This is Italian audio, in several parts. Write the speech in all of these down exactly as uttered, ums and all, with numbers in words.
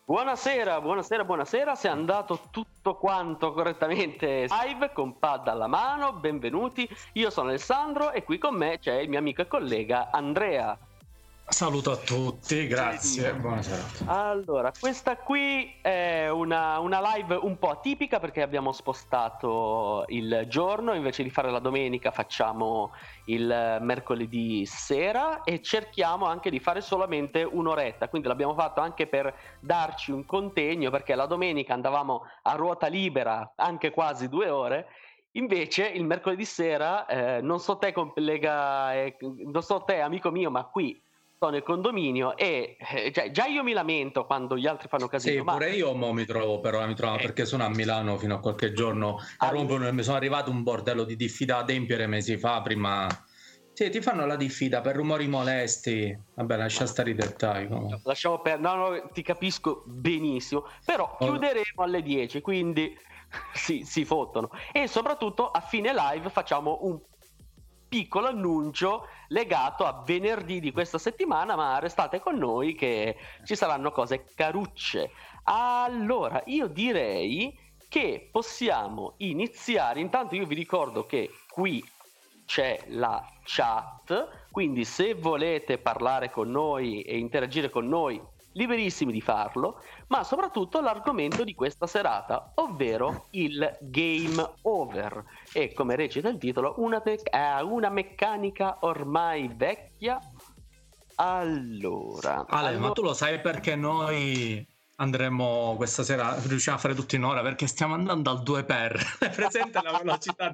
Buonasera, buonasera, buonasera, se è andato tutto quanto correttamente live con pad alla mano, benvenuti, io sono Alessandro e qui con me c'è il mio amico e collega Andrea. Saluto a tutti, grazie, buonasera. Allora, questa qui è una, una live un po' atipica perché abbiamo spostato il giorno, invece di fare la domenica facciamo il mercoledì sera e cerchiamo anche di fare solamente un'oretta, quindi l'abbiamo fatto anche per darci un contegno, perché la domenica andavamo a ruota libera anche quasi due ore. Invece il mercoledì sera, eh, non so te collega, eh, non so te amico mio, ma qui sto nel condominio e eh, già, già io mi lamento quando gli altri fanno casino. Sì, ma... pure io mo mi trovo, però mi trovo eh. perché sono a Milano fino a qualche giorno a rompere, mi sono arrivato un bordello di diffida da adempiere mesi fa, prima sì, ti fanno la diffida per rumori molesti. Vabbè, lascia stare i dettagli. Come. Lasciamo per... no, no, ti capisco benissimo, però oh. chiuderemo alle dieci, quindi si, si fottono. E soprattutto a fine live facciamo un piccolo annuncio legato a venerdì di questa settimana, ma restate con noi che ci saranno cose carucce. Allora, io direi che possiamo iniziare. Intanto io vi ricordo che qui c'è la chat, quindi se volete parlare con noi e interagire con noi, liberissimi di farlo, ma soprattutto l'argomento di questa serata, ovvero il game over. E come recita il titolo, una, te- eh, una meccanica ormai vecchia. Allora, Ale, allora... ma tu lo sai perché noi andremo questa sera, riusciamo a fare tutto in ora, perché stiamo andando al due per presente la velocità.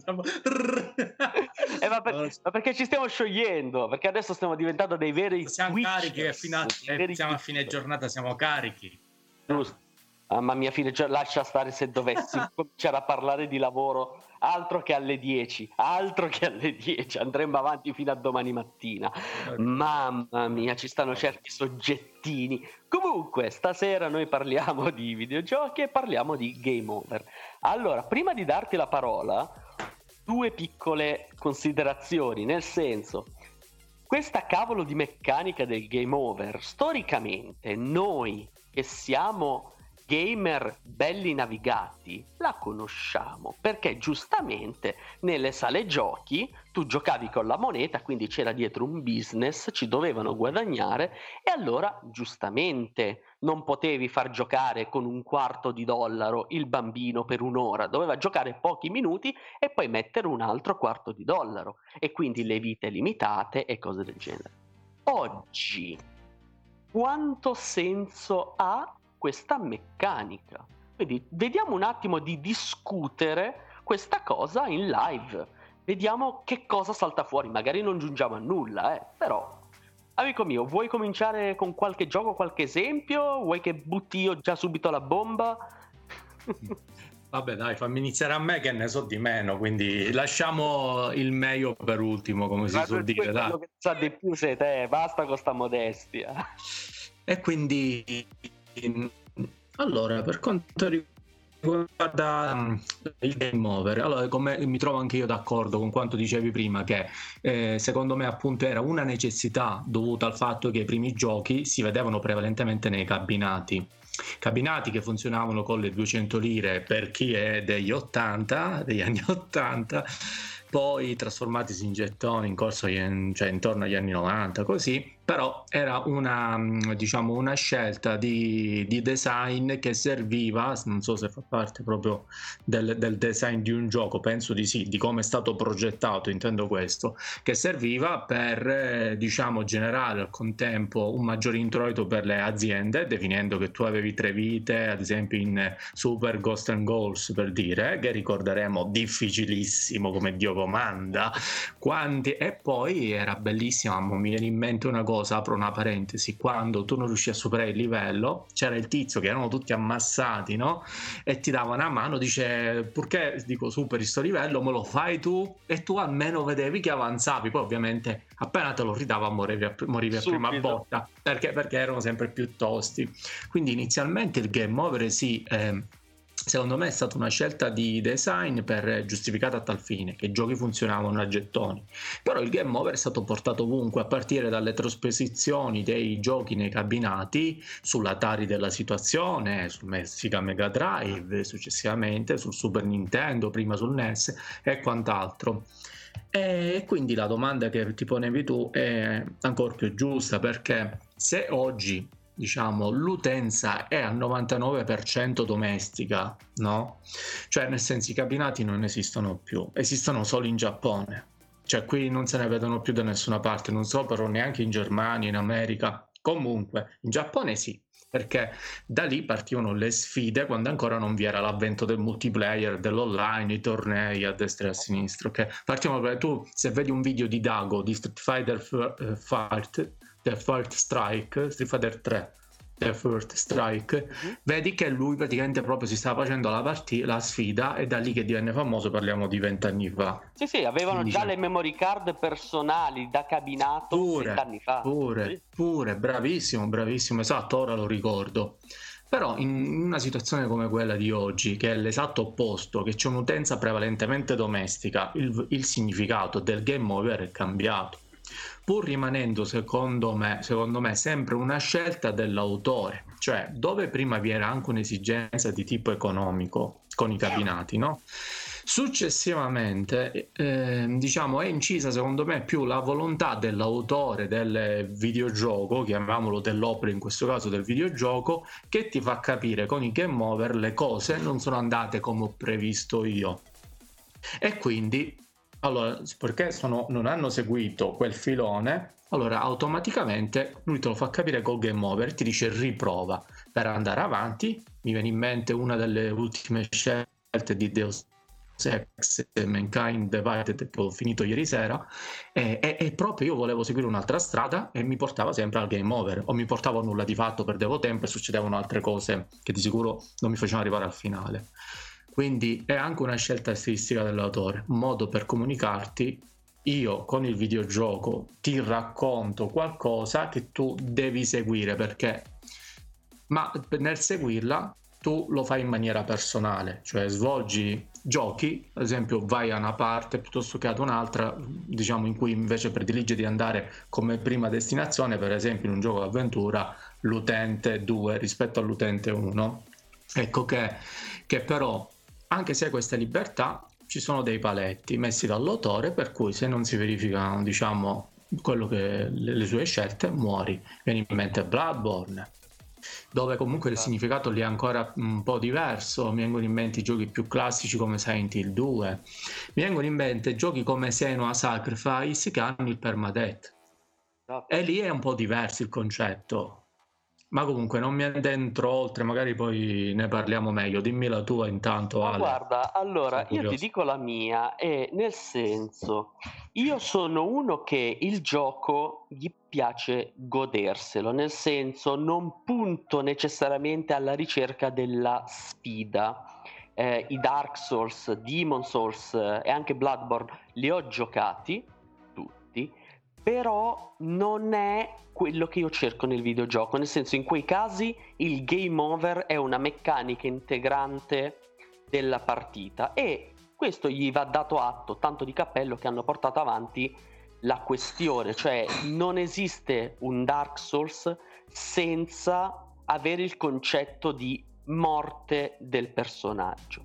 eh, ma, per, ma perché ci stiamo sciogliendo, perché adesso stiamo diventando dei veri siamo carichi e fino a, e siamo a fine giornata, siamo carichi. Giusto. Mamma mia, fine, lascia stare se dovessi cominciare a parlare di lavoro, altro che alle dieci, altro che alle dieci, andremo avanti fino a domani mattina. Mamma mia, ci stanno certi soggettini. Comunque, stasera noi parliamo di videogiochi e parliamo di game over. Allora, prima di darti la parola, due piccole considerazioni, nel senso, questa cavolo di meccanica del game over, storicamente noi che siamo gamer belli navigati la conosciamo, perché giustamente nelle sale giochi tu giocavi con la moneta, quindi c'era dietro un business, ci dovevano guadagnare e allora giustamente non potevi far giocare con un quarto di dollaro il bambino per un'ora, doveva giocare pochi minuti e poi mettere un altro quarto di dollaro e quindi le vite limitate e cose del genere. Oggi quanto senso ha questa meccanica? Quindi vediamo un attimo di discutere questa cosa in live, vediamo che cosa salta fuori, magari non giungiamo a nulla, eh, però amico mio, vuoi cominciare con qualche gioco, qualche esempio? Vuoi che butti io già subito la bomba? Vabbè dai, fammi iniziare a me che ne so di meno, quindi lasciamo il meglio per ultimo, come si suol dire. Dai. Quello che sa di più sei te, basta con sta modestia. E quindi allora, per quanto riguarda il game over, allora come mi trovo anche io d'accordo con quanto dicevi prima, che eh, secondo me appunto era una necessità dovuta al fatto che i primi giochi si vedevano prevalentemente nei cabinati cabinati che funzionavano con le duecento lire per chi è degli ottanta, degli anni ottanta, poi trasformatisi in gettoni in corso, cioè intorno agli anni novanta, così. Però era una, diciamo, una scelta di, di design che serviva, non so se fa parte proprio del, del design di un gioco, penso di sì, di come è stato progettato, intendo questo, che serviva per, eh, diciamo, generare al contempo un maggiore introito per le aziende, definendo che tu avevi tre vite, ad esempio in Super Ghost and Goals, per dire, che ricorderemo difficilissimo come Dio comanda, quanti, e poi era bellissima, mi viene in mente una cosa, apro una parentesi, quando tu non riuscivi a superare il livello c'era il tizio che erano tutti ammassati, no? E ti dava una mano, dice purché dico superi sto livello me lo fai tu, e tu almeno vedevi che avanzavi, poi ovviamente appena te lo ridava morivi a, morivi a prima botta, perché, perché erano sempre più tosti. Quindi inizialmente il game over sì, eh, secondo me è stata una scelta di design per, giustificata a tal fine, che i giochi funzionavano a gettoni, però il game over è stato portato ovunque, a partire dalle trasposizioni dei giochi nei cabinati sull'Atari della situazione, sul Sega Mega Drive, successivamente sul Super Nintendo, prima sul N E S e quant'altro. E quindi la domanda che ti ponevi tu è ancora più giusta, perché se oggi, diciamo, l'utenza è al novantanove per cento domestica, no? Cioè, nel senso, i cabinati non esistono più, esistono solo in Giappone, cioè qui non se ne vedono più da nessuna parte, non so però neanche in Germania, in America, comunque in Giappone sì, perché da lì partivano le sfide quando ancora non vi era l'avvento del multiplayer, dell'online, i tornei a destra e a sinistra, ok? Partivano perché tu, se vedi un video di Dago di Street Fighter uh, Fight, The First Strike, Street Fighter tre, The First Strike, uh-huh. vedi che lui praticamente proprio si stava facendo la, partita, la sfida, e da lì che divenne famoso, parliamo di vent'anni fa. Sì, sì, avevano Quindi, già le memory card personali da cabinato vent'anni fa. Pure, sì. pure, bravissimo, bravissimo, esatto, ora lo ricordo. Però in una situazione come quella di oggi, che è l'esatto opposto, che c'è un'utenza prevalentemente domestica, il, il significato del game over è cambiato, pur rimanendo secondo me, secondo me sempre una scelta dell'autore, cioè dove prima vi era anche un'esigenza di tipo economico con i cabinati, no? Successivamente eh, diciamo è incisa secondo me più la volontà dell'autore del videogioco, chiamiamolo dell'opera, in questo caso del videogioco, che ti fa capire con i game over le cose non sono andate come ho previsto io, e quindi allora, perché sono, non hanno seguito quel filone, allora automaticamente lui te lo fa capire col game over, ti dice riprova per andare avanti. Mi viene in mente una delle ultime scelte di Deus Ex Mankind Divided che ho finito ieri sera, e, e, e proprio io volevo seguire un'altra strada e mi portava sempre al game over, o mi portava a nulla di fatto, perdevo tempo e succedevano altre cose che di sicuro non mi facevano arrivare al finale. Quindi è anche una scelta stilistica dell'autore, un modo per comunicarti: io con il videogioco ti racconto qualcosa che tu devi seguire, perché ma nel seguirla tu lo fai in maniera personale, cioè svolgi giochi, ad esempio vai a una parte piuttosto che ad un'altra, diciamo, in cui invece predilige di andare come prima destinazione, per esempio in un gioco d'avventura, l'utente due rispetto all'utente uno. Ecco che, che però, anche se questa libertà, ci sono dei paletti messi dall'autore, per cui se non si verificano, diciamo, quello che le, le sue scelte, muori. Viene in mente Bloodborne, dove comunque il significato lì è ancora un po' diverso. Mi vengono in mente i giochi più classici come Silent Hill due, mi vengono in mente giochi come Senua Sacrifice che hanno il permadeath, e lì è un po' diverso il concetto. Ma comunque non mi addentro oltre, magari poi ne parliamo meglio. Dimmi la tua intanto, Ale. Guarda, allora io ti dico la mia, e nel senso, io sono uno che il gioco gli piace goderselo, nel senso non punto necessariamente alla ricerca della sfida. Eh, i Dark Souls, Demon Souls eh, e anche Bloodborne li ho giocati tutti, però non è quello che io cerco nel videogioco, nel senso, in quei casi il game over è una meccanica integrante della partita, e questo gli va dato atto, tanto di cappello, che hanno portato avanti la questione, cioè non esiste un Dark Souls senza avere il concetto di morte del personaggio.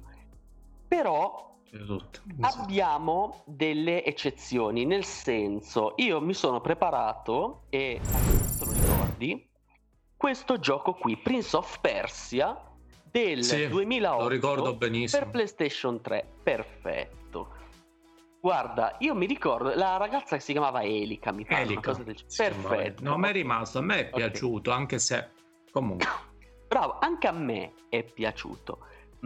Però Esatto. abbiamo delle eccezioni, nel senso, io mi sono preparato, e te lo ricordi, questo gioco qui, Prince of Persia del sì, duemilaotto, lo ricordo benissimo, per PlayStation tre. Perfetto. Guarda, io mi ricordo la ragazza che si chiamava Elica, mi pare, Elica, cosa del... perfetto. No, mi è rimasto, a me è piaciuto, okay. Anche se comunque bravo, anche a me è piaciuto,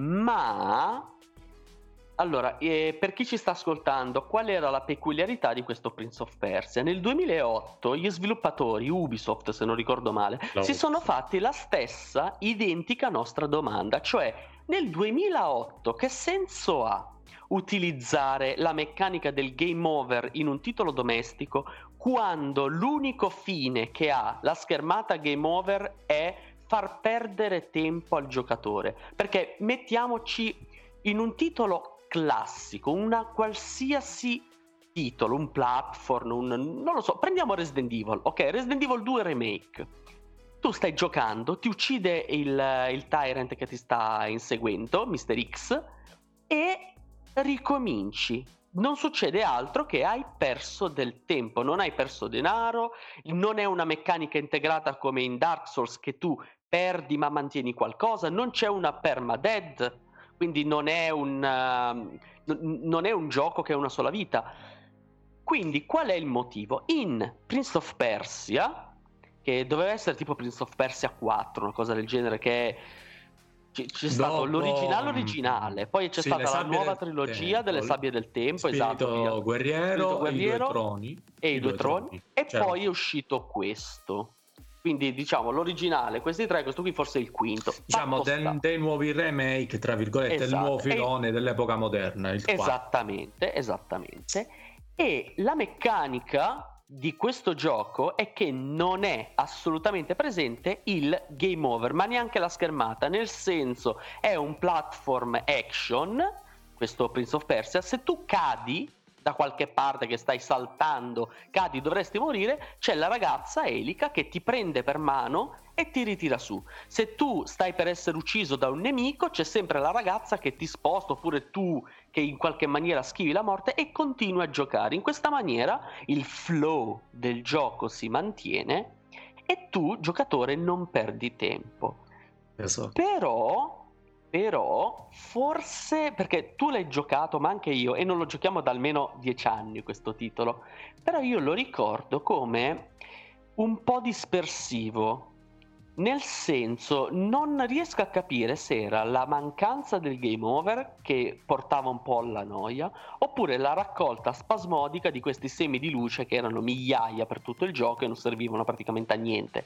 ma allora, eh, per chi ci sta ascoltando, qual era la peculiarità di questo Prince of Persia? Nel duemilaotto gli sviluppatori, Ubisoft se non ricordo male, no. si sono fatti la stessa identica nostra domanda, cioè nel duemilaotto che senso ha utilizzare la meccanica del game over in un titolo domestico quando l'unico fine che ha la schermata game over è far perdere tempo al giocatore, perché mettiamoci in un titolo classico, una qualsiasi titolo, un platform, un, non lo so, prendiamo Resident Evil, ok, Resident Evil due Remake. Tu stai giocando, ti uccide il, il Tyrant che ti sta inseguendo, mister X, e ricominci. Non succede altro che hai perso del tempo, non hai perso denaro, non è una meccanica integrata come in Dark Souls che tu perdi ma mantieni qualcosa, non c'è una permadeath, quindi non è un, uh, non è un gioco che ha una sola vita. Quindi qual è il motivo? In Prince of Persia, che doveva essere tipo Prince of Persia quattro, una cosa del genere, che è C- c'è stato Dopo, l'originale originale, poi c'è sì, stata la nuova del trilogia tempo, delle sabbie del tempo, Spirito esatto, guerriero, Spirito guerriero i due troni e i, i due, due troni, troni. E C'era. poi è uscito questo, quindi diciamo l'originale, questi tre, questo qui forse è il quinto, diciamo del, dei nuovi remake tra virgolette, esatto. Del nuovo filone e... dell'epoca moderna, il esattamente quarto. Esattamente, e la meccanica di questo gioco è che non è assolutamente presente il game over, ma neanche la schermata, nel senso è un platform action, questo Prince of Persia. Se tu cadi da qualche parte, che stai saltando, cadi, dovresti morire, c'è la ragazza Elica che ti prende per mano e ti ritira su. Se tu stai per essere ucciso da un nemico, c'è sempre la ragazza che ti sposta, oppure tu che in qualche maniera schivi la morte e continui a giocare. In questa maniera il flow del gioco si mantiene e tu, giocatore, non perdi tempo. Esatto. Però Però forse, perché tu l'hai giocato, ma anche io, e non lo giochiamo da almeno dieci anni questo titolo, però io lo ricordo come un po' dispersivo, nel senso non riesco a capire se era la mancanza del game over che portava un po' alla noia, oppure la raccolta spasmodica di questi semi di luce che erano migliaia per tutto il gioco e non servivano praticamente a niente.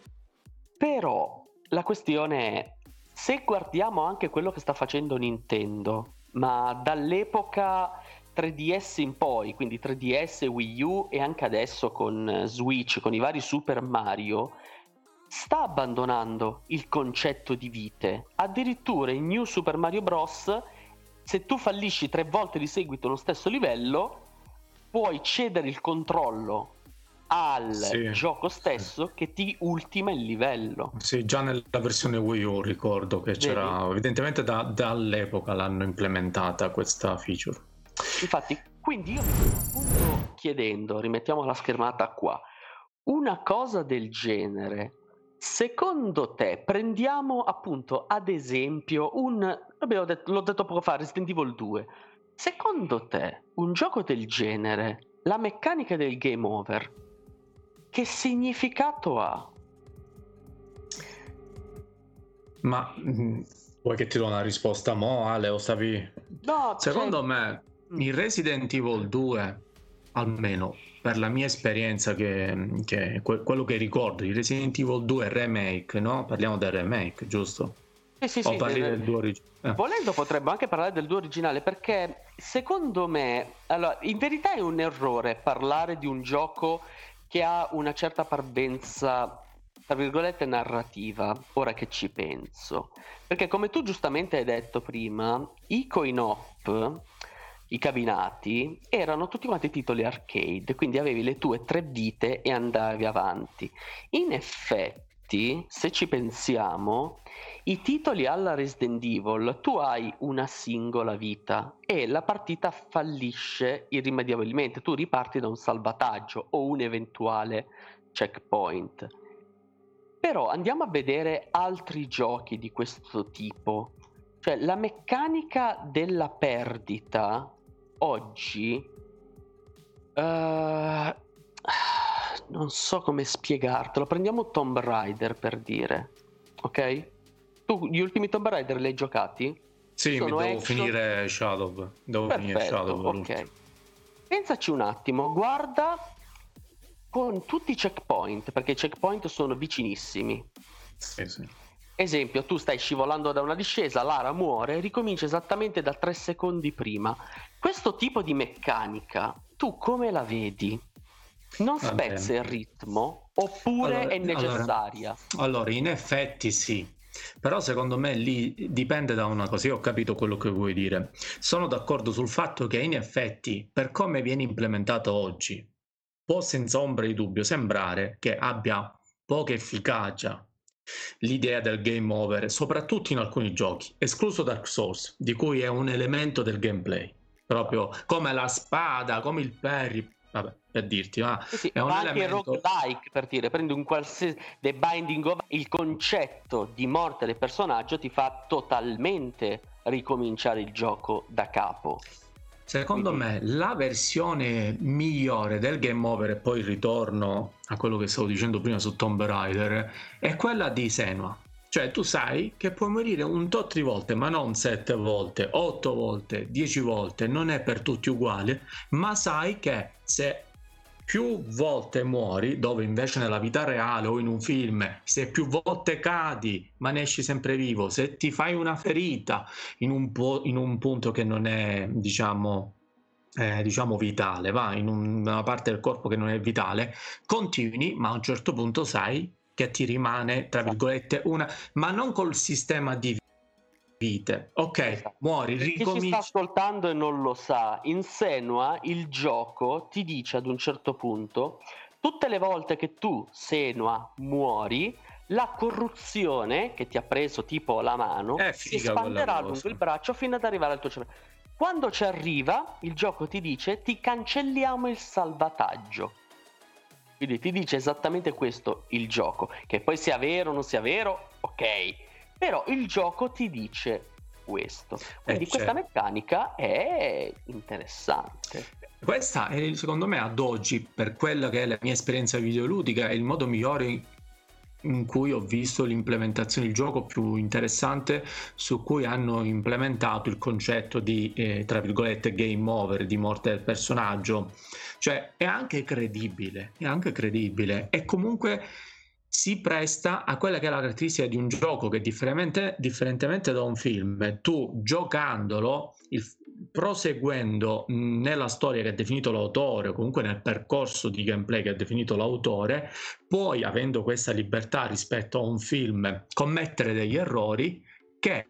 Però la questione è, se guardiamo anche quello che sta facendo Nintendo, ma dall'epoca tre D S in poi, quindi tre D S, Wii U e anche adesso con Switch, con i vari Super Mario, sta abbandonando il concetto di vite. Addirittura in New Super Mario Bros., se tu fallisci tre volte di seguito lo stesso livello, puoi cedere il controllo al sì, gioco stesso sì. che ti ultima il livello. Sì, già nella versione Wii U ricordo che c'era, Vedi? evidentemente da, dall'epoca l'hanno implementata questa feature. Infatti, quindi io mi sto appunto chiedendo, rimettiamo la schermata qua, una cosa del genere, secondo te, prendiamo appunto ad esempio un, abbiamo detto, l'ho detto poco fa, Resident Evil due, secondo te un gioco del genere, la meccanica del game over, che significato ha? Ma mh, vuoi che ti do una risposta mo, Ale, o stavi... No, secondo cioè... me in Resident Evil due, almeno per la mia esperienza, che, che quello che ricordo di Resident Evil due Remake, no? Parliamo del remake, giusto? Sì, sì, o sì, parli del... del due originale? Eh. Volendo potremmo anche parlare del due originale, perché secondo me, allora, in verità è un errore parlare di un gioco che ha una certa parvenza, tra virgolette, narrativa, ora che ci penso, perché come tu giustamente hai detto prima, i coin-op, i cabinati, erano tutti quanti titoli arcade, quindi avevi le tue tre vite e andavi avanti. In effetti, se ci pensiamo, i titoli alla Resident Evil, tu hai una singola vita e la partita fallisce irrimediabilmente, tu riparti da un salvataggio o un eventuale checkpoint. Però andiamo a vedere altri giochi di questo tipo, cioè la meccanica della perdita oggi uh, non so come spiegartelo, prendiamo Tomb Raider per dire, ok? Tu gli ultimi Tomb Raider li hai giocati? Sì, Sono mi devo action... finire Shadow. Devo Perfetto, finire Shadow. Ok. Pensaci un attimo, guarda con tutti i checkpoint, perché i checkpoint sono vicinissimi. Sì, sì. Esempio, tu stai scivolando da una discesa, Lara muore, ricomincia esattamente da tre secondi prima. Questo tipo di meccanica, tu come la vedi? Non Va spezza il bene. ritmo oppure Allora, è necessaria? allora, allora, in effetti sì, però secondo me lì dipende da una cosa. Io ho capito quello che vuoi dire. Sono d'accordo sul fatto che in effetti, per come viene implementato oggi, può senza ombra di dubbio sembrare che abbia poca efficacia l'idea del game over, soprattutto in alcuni giochi, escluso Dark Souls, di cui è un elemento del gameplay, proprio come la spada, come il parry, vabbè, per dirti, ma Sì, sì, è un ma anche il elemento. roguelike, per dire, prendi un qualsiasi The Binding of il concetto di morte del personaggio ti fa totalmente ricominciare il gioco da capo. Secondo Quindi me la versione migliore del game over, e poi il ritorno a quello che stavo dicendo prima su Tomb Raider, è quella di Senua. Cioè tu sai che puoi morire un tot di volte, ma non sette volte, otto volte, dieci volte, non è per tutti uguale, ma sai che se più volte muori, dove invece nella vita reale o in un film, se più volte cadi ma ne esci sempre vivo, se ti fai una ferita in un, po- in un punto che non è, diciamo, eh, diciamo vitale, va, in un- una parte del corpo che non è vitale, continui, ma a un certo punto sai che ti rimane, tra esatto, virgolette, una, ma non col sistema di vite. Ok, esatto. muori, Per chi ci sta ricominci. ascoltando e non lo sa, in Senua il gioco ti dice ad un certo punto, tutte le volte che tu, Senua, muori, la corruzione che ti ha preso tipo la mano È si figa quella espanderà lungo il cosa. braccio fino ad arrivare al tuo cervello. Quando ci arriva, il gioco ti dice ti cancelliamo il salvataggio. Quindi ti dice esattamente questo il gioco, che poi sia vero o non sia vero, ok, però il gioco ti dice questo. Quindi Eh, questa certo. meccanica è interessante. Questa è, secondo me, ad oggi, per quella che è la mia esperienza videoludica, è il modo migliore in cui ho visto l'implementazione del gioco più interessante, su cui hanno implementato il concetto di, eh, tra virgolette, game over, di morte del personaggio. Cioè è anche credibile, è anche credibile e comunque si presta a quella che è la caratteristica di un gioco che differentemente, differentemente da un film, tu giocandolo, il, proseguendo nella storia che ha definito l'autore o comunque nel percorso di gameplay che ha definito l'autore, puoi, avendo questa libertà rispetto a un film, commettere degli errori che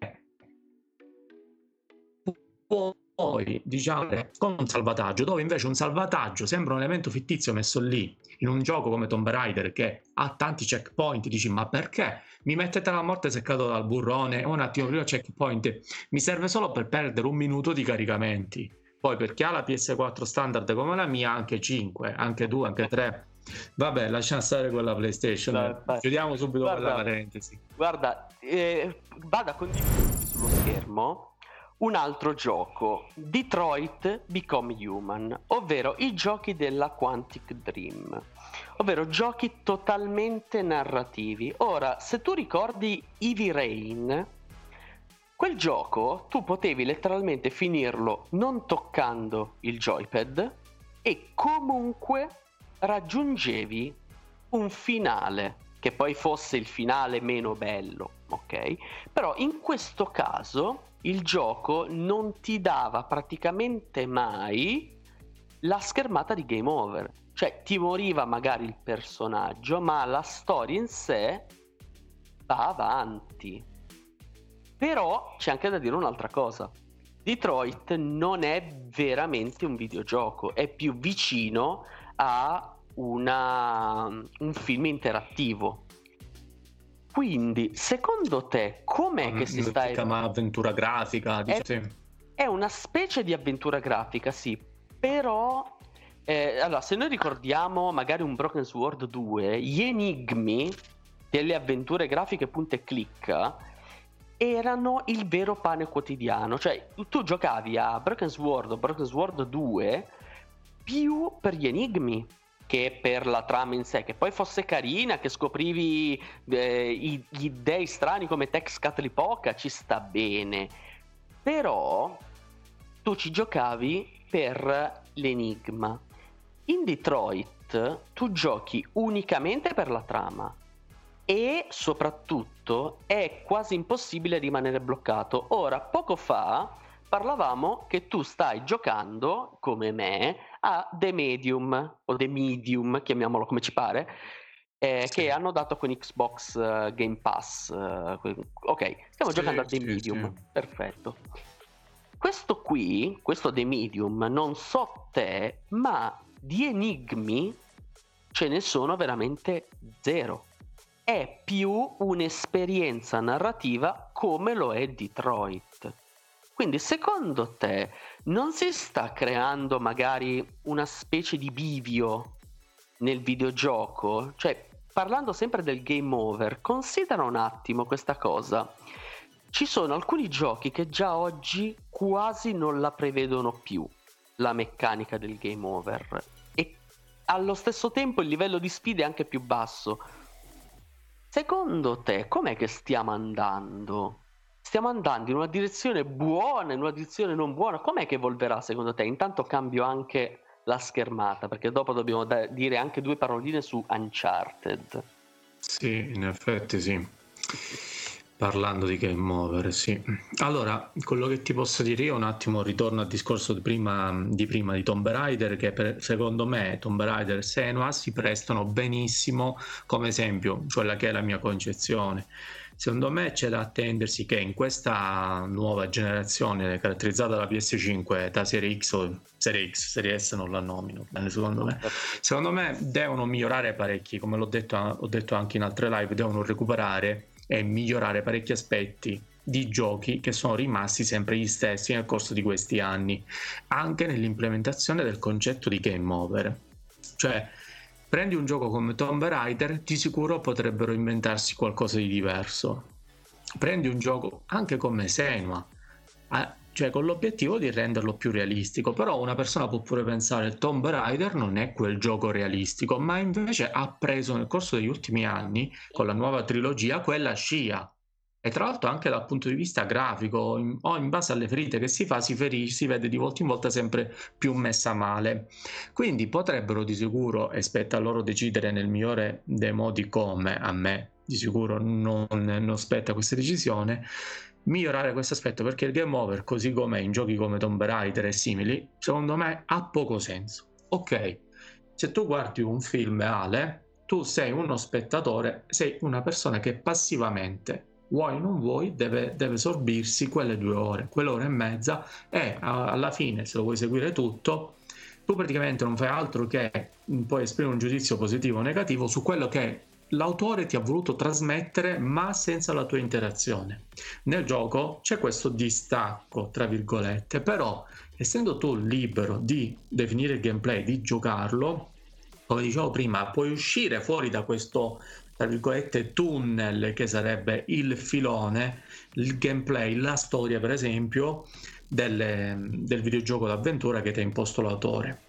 poi, diciamo, con un salvataggio, dove invece un salvataggio sembra un elemento fittizio messo lì in un gioco come Tomb Raider che ha tanti checkpoint, dici ma perché mi mettete alla morte se cado dal burrone, un attimo prima checkpoint, mi serve solo per perdere un minuto di caricamenti. Poi per chi ha la P S quattro standard come la mia, anche cinque, anche due, anche tre. Vabbè, lasciamo stare quella PlayStation. No, Chiudiamo subito guarda, quella parentesi. Guarda, eh, vado a condividere sullo schermo un altro gioco, Detroit Become Human, ovvero i giochi della Quantic Dream, ovvero giochi totalmente narrativi. Ora, se tu ricordi Heavy Rain, quel gioco tu potevi letteralmente finirlo non toccando il joypad e comunque raggiungevi un finale, che poi fosse il finale meno bello, ok? Però in questo caso il gioco non ti dava praticamente mai la schermata di game over, cioè ti moriva magari il personaggio, ma la storia in sé va avanti. Però c'è anche da dire un'altra cosa: Detroit non è veramente un videogioco, è più vicino a una, un film interattivo. Quindi, secondo te, com'è che si sta... Si chiama avventura grafica, È, dice, sì. è una specie di avventura grafica, sì, però... Eh, allora, se noi ricordiamo magari un Broken Sword due, gli enigmi delle avventure grafiche punta e clicca erano il vero pane quotidiano. Cioè, tu giocavi a Broken Sword o Broken Sword due più per gli enigmi che per la trama in sé, che poi fosse carina, che scoprivi eh, i, gli dei strani come Texcatlipoca, ci sta bene, però tu ci giocavi per l'enigma. In Detroit tu giochi unicamente per la trama e soprattutto è quasi impossibile rimanere bloccato. Ora, poco fa parlavamo che tu stai giocando, come me, a The Medium o The Medium, chiamiamolo come ci pare, eh, Sì. che hanno dato con Xbox uh, Game Pass. Uh, ok, stiamo Sì, giocando a The sì, Medium, sì. perfetto. Questo qui, questo The Medium, non so te, ma di enigmi ce ne sono veramente zero. È più un'esperienza narrativa come lo è Detroit. Quindi secondo te non si sta creando magari una specie di bivio nel videogioco? Cioè, parlando sempre del game over, considera un attimo questa cosa. Ci sono alcuni giochi che già oggi quasi non la prevedono più, la meccanica del game over, e allo stesso tempo il livello di sfida è anche più basso. Secondo te com'è che stiamo andando? Stiamo andando in una direzione buona, in una direzione non buona? Com'è che evolverà secondo te? Intanto cambio anche la schermata, perché dopo dobbiamo da- dire anche due paroline su Uncharted. Sì, in effetti sì. Parlando di game over, sì. Allora, quello che ti posso dire io un attimo ritorno al discorso di prima di, prima di Tomb Raider, che per, secondo me Tomb Raider e Senua si prestano benissimo come esempio, quella che è la mia concezione. Secondo me c'è da attendersi che in questa nuova generazione caratterizzata dalla P S cinque, da serie X o serie X, serie S non la nomino, secondo me. Secondo me devono migliorare parecchi, come l'ho detto, ho detto anche in altre live, devono recuperare e migliorare parecchi aspetti di giochi che sono rimasti sempre gli stessi nel corso di questi anni, anche nell'implementazione del concetto di game over. Cioè, prendi un gioco come Tomb Raider, di sicuro potrebbero inventarsi qualcosa di diverso. Prendi un gioco anche come Senua, cioè con l'obiettivo di renderlo più realistico, però una persona può pure pensare Tomb Raider non è quel gioco realistico, ma invece ha preso nel corso degli ultimi anni con la nuova trilogia quella scia, e tra l'altro anche dal punto di vista grafico in, o in base alle ferite che si fa si, ferisce, si vede di volta in volta sempre più messa male, quindi potrebbero di sicuro, e spetta a loro decidere nel migliore dei modi come, a me di sicuro non, non spetta questa decisione, migliorare questo aspetto, perché il game over così com'è in giochi come Tomb Raider e simili secondo me ha poco senso. Ok, se tu guardi un film, Ale, tu sei uno spettatore, sei una persona che passivamente, vuoi o non vuoi, deve, deve sorbirsi quelle due ore, quell'ora e mezza, e alla fine, se lo vuoi seguire tutto, tu praticamente non fai altro che puoi esprimere un giudizio positivo o negativo su quello che l'autore ti ha voluto trasmettere, ma senza la tua interazione. Nel gioco c'è questo distacco, tra virgolette, però essendo tu libero di definire il gameplay, di giocarlo, come dicevo prima, puoi uscire fuori da questo, tra virgolette, tunnel che sarebbe il filone, il gameplay, la storia per esempio delle, del videogioco d'avventura che ti ha imposto l'autore.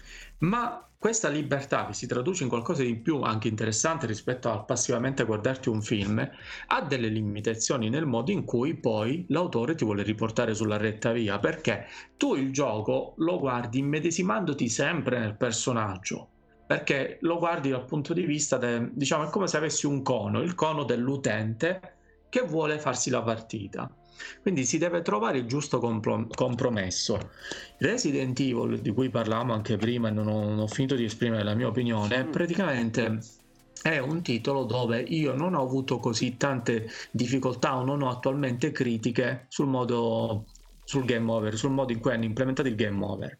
Ma questa libertà, che si traduce in qualcosa di più anche interessante rispetto al passivamente guardarti un film, ha delle limitazioni nel modo in cui poi l'autore ti vuole riportare sulla retta via, perché tu il gioco lo guardi immedesimandoti sempre nel personaggio, perché lo guardi dal punto di vista de, diciamo, è come se avessi un cono, il cono dell'utente che vuole farsi la partita. Quindi si deve trovare il giusto comprom- compromesso. Resident Evil, di cui parlavamo anche prima e non ho, non ho finito di esprimere la mia opinione, praticamente è un titolo dove io non ho avuto così tante difficoltà o non ho attualmente critiche sul modo, sul game over, sul modo in cui hanno implementato il game over.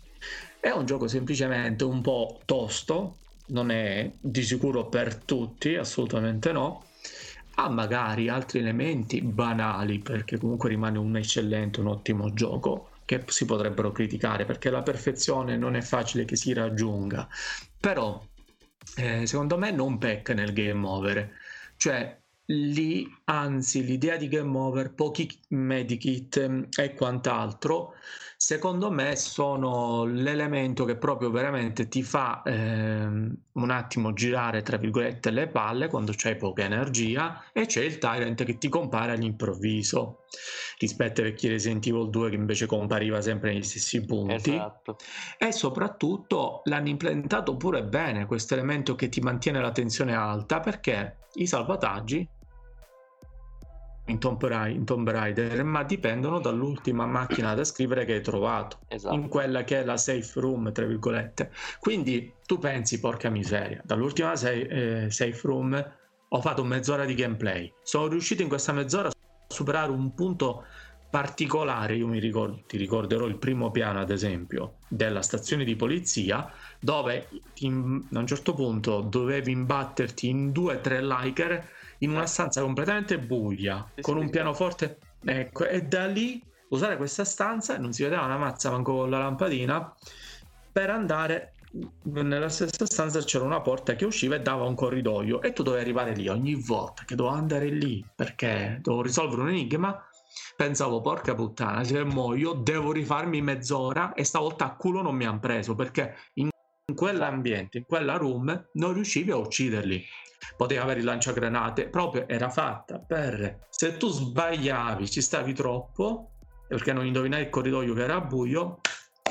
È un gioco semplicemente un po' tosto, non è di sicuro per tutti, assolutamente no, ha magari altri elementi banali, perché comunque rimane un eccellente, un ottimo gioco, che si potrebbero criticare, perché la perfezione non è facile che si raggiunga, però eh, secondo me non pecca nel game over, cioè lì anzi l'idea di game over, pochi medikit e quant'altro, secondo me sono l'elemento che proprio veramente ti fa ehm, un attimo girare tra virgolette le palle quando c'hai poca energia, e c'è il Tyrant che ti compare all'improvviso rispetto ai vecchi Resident Evil due che invece compariva sempre negli stessi punti. Esatto. E soprattutto l'hanno implementato pure bene questo elemento che ti mantiene la tensione alta, perché i salvataggi in Tomb Raider, in Tomb Raider, ma dipendono dall'ultima macchina da scrivere che hai trovato, Esatto. in quella che è la safe room, tra virgolette. Quindi tu pensi, porca miseria, dall'ultima safe, eh, safe room ho fatto mezz'ora di gameplay, sono riuscito in questa mezz'ora a superare un punto particolare. Io mi ricordo, ti ricorderò il primo piano, ad esempio, della stazione di polizia, dove in, a un certo punto dovevi imbatterti in due o tre liker in una stanza completamente buia, Sì, con sì, un sì. pianoforte, ecco, e da lì usare questa stanza, non si vedeva una mazza manco con la lampadina, per andare nella stessa stanza. C'era una porta che usciva e dava un corridoio, e tu dovevi arrivare lì ogni volta che dovevo andare lì perché dovevo risolvere un enigma. Pensavo, porca puttana, se mo io devo rifarmi mezz'ora, e stavolta a culo non mi hanno preso, perché in quell'ambiente, in quella room, non riuscivi a ucciderli. Potevi avere il lanciagranate, proprio era fatta per, se tu sbagliavi, ci stavi troppo perché non indovinavi il corridoio che era buio,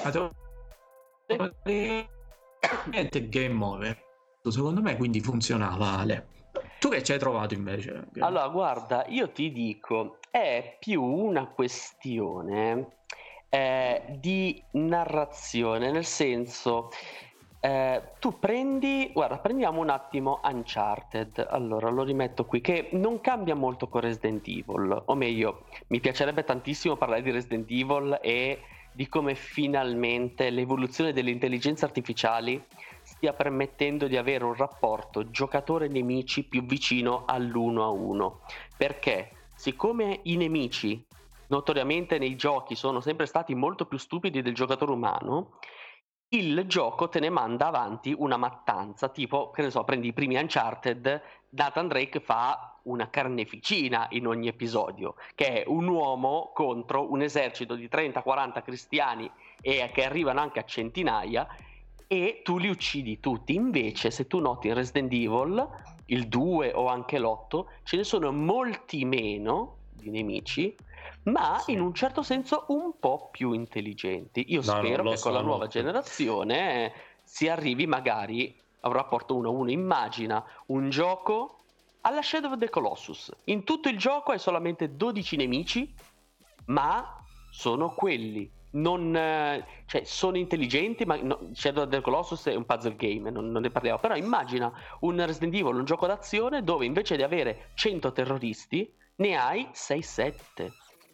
niente, game over. Secondo me quindi funzionava. Ale, tu che ci hai trovato invece? Allora, guarda, io ti dico, è più una questione eh, di narrazione, nel senso, eh, tu prendi, guarda, prendiamo un attimo Uncharted, allora lo rimetto qui, che non cambia molto con Resident Evil, o meglio, mi piacerebbe tantissimo parlare di Resident Evil e di come finalmente l'evoluzione delle intelligenze artificiali stia permettendo di avere un rapporto giocatore-nemici più vicino all'uno a uno, perché siccome i nemici notoriamente nei giochi sono sempre stati molto più stupidi del giocatore umano, il gioco te ne manda avanti una mattanza, tipo, che ne so, prendi i primi Uncharted, Nathan Drake fa una carneficina in ogni episodio, che è un uomo contro un esercito di trenta quaranta cristiani, e che arrivano anche a centinaia, e tu li uccidi tutti. Invece, se tu noti in Resident Evil, il due o anche l'otto, ce ne sono molti meno di nemici, ma Sì. in un certo senso un po' più intelligenti. Io No, spero no, che con la sono. nuova generazione eh, si arrivi magari a un rapporto uno a uno. Immagina un gioco alla Shadow of the Colossus. In tutto il gioco hai solamente dodici nemici, ma sono quelli. Non, eh, cioè, sono intelligenti, ma no, Shadow of the Colossus è un puzzle game, non, non ne parliamo. Però immagina un Resident Evil, un gioco d'azione dove invece di avere cento terroristi ne hai sei sette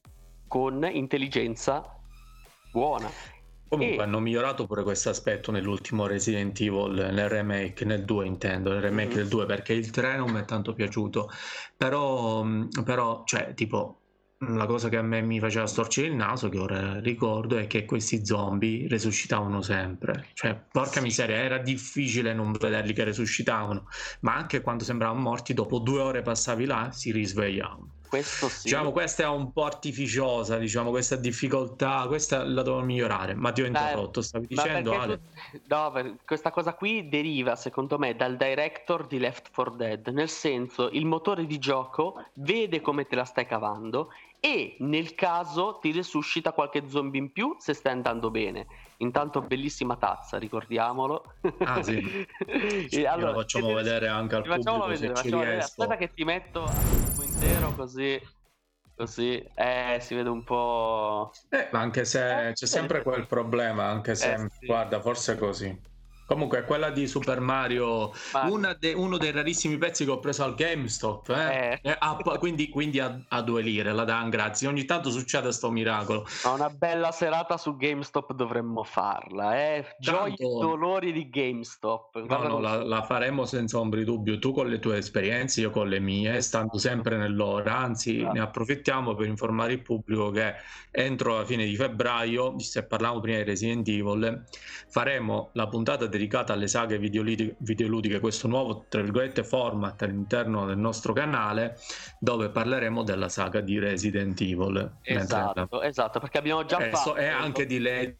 con intelligenza buona. Comunque E hanno migliorato pure questo aspetto nell'ultimo Resident Evil, nel remake, nel due intendo, nel remake Mhm. del due, perché il tre non mi è tanto piaciuto, però, mh, però cioè, tipo, la cosa che a me mi faceva storcere il naso, che ora ricordo, è che questi zombie resuscitavano sempre. Cioè, porca Sì. miseria, era difficile non vederli che resuscitavano, ma anche quando sembravano morti, dopo due ore passavi là, si risvegliavano. Questo sì. Diciamo, questa è un po' artificiosa, diciamo, questa difficoltà, questa la devo migliorare. Ma ti ho interrotto, stavi Ma dicendo, perché Ale? tu- no, per- questa cosa qui deriva secondo me dal director di Left four Dead, nel senso, il motore di gioco vede come te la stai cavando e nel caso ti resuscita qualche zombie in più se stai andando bene. Intanto bellissima tazza, ricordiamolo. Ah, sì. E Glielo allora, facciamo se ti- vedere anche al ti facciamolo pubblico, se vedere, ci facciamolo vedere. riesco. Aspetta che ti metto a tempo intero così, così, eh, si vede un po'. Eh, ma anche se Eh, c'è sempre quel problema, anche se, Eh, sì. guarda, forse è così. Comunque, quella di Super Mario, Ma- una de- uno dei rarissimi pezzi che ho preso al GameStop, eh? Eh. Eh, a- quindi, quindi a, a due lire, la dan, grazie. Ogni tanto succede sto miracolo. Ma una bella serata su GameStop dovremmo farla, eh? Gioie e Tanto- dolori di GameStop. No, Guarda no, come la, si- la faremo senza ombra di dubbio, tu con le tue esperienze, io con le mie, stando sempre nell'ora, anzi Esatto. ne approfittiamo per informare il pubblico che entro la fine di febbraio, se parliamo prima di Resident Evil, faremo la puntata dedicata alle saghe videoludiche, videoludiche, questo nuovo, tra virgolette, format all'interno del nostro canale, dove parleremo della saga di Resident Evil. Esatto, esatto, perché abbiamo già E fatto. so, anche di lei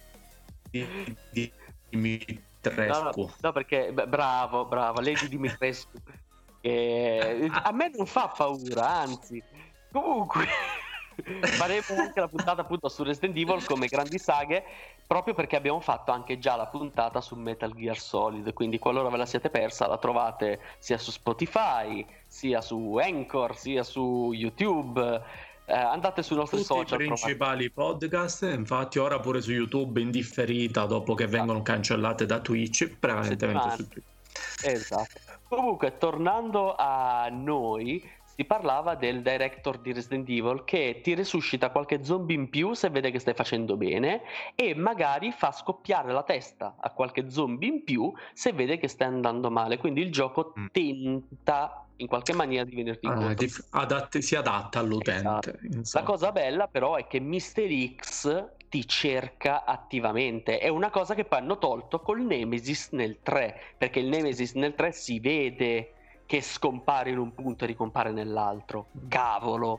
di, di Dimitrescu. No, no, no, perché beh, bravo, bravo, Lady Dimitrescu. Eh, a me non fa paura, anzi. Comunque, faremo anche la puntata appunto su Resident Evil come grandi saghe, proprio perché abbiamo fatto anche già la puntata su Metal Gear Solid, quindi qualora ve la siete persa la trovate sia su Spotify, sia su Anchor, sia su YouTube. Eh, andate sui nostri tutti social, i principali provate. Podcast, infatti ora pure su YouTube in differita dopo che vengono cancellate da Twitch, prevalentemente su Twitch. Esatto. Comunque, tornando a noi, si parlava del director di Resident Evil che ti resuscita qualche zombie in più se vede che stai facendo bene, e magari fa scoppiare la testa a qualche zombie in più se vede che stai andando male. Quindi il gioco Mm. tenta in qualche maniera di venirti Ah, incontro. dif- adatt- si adatta all'utente. Esatto. La cosa bella però è che mister X ti cerca attivamente, è una cosa che poi hanno tolto col Nemesis nel tre, perché il Nemesis nel tre si vede che scompare in un punto e ricompare nell'altro. Cavolo.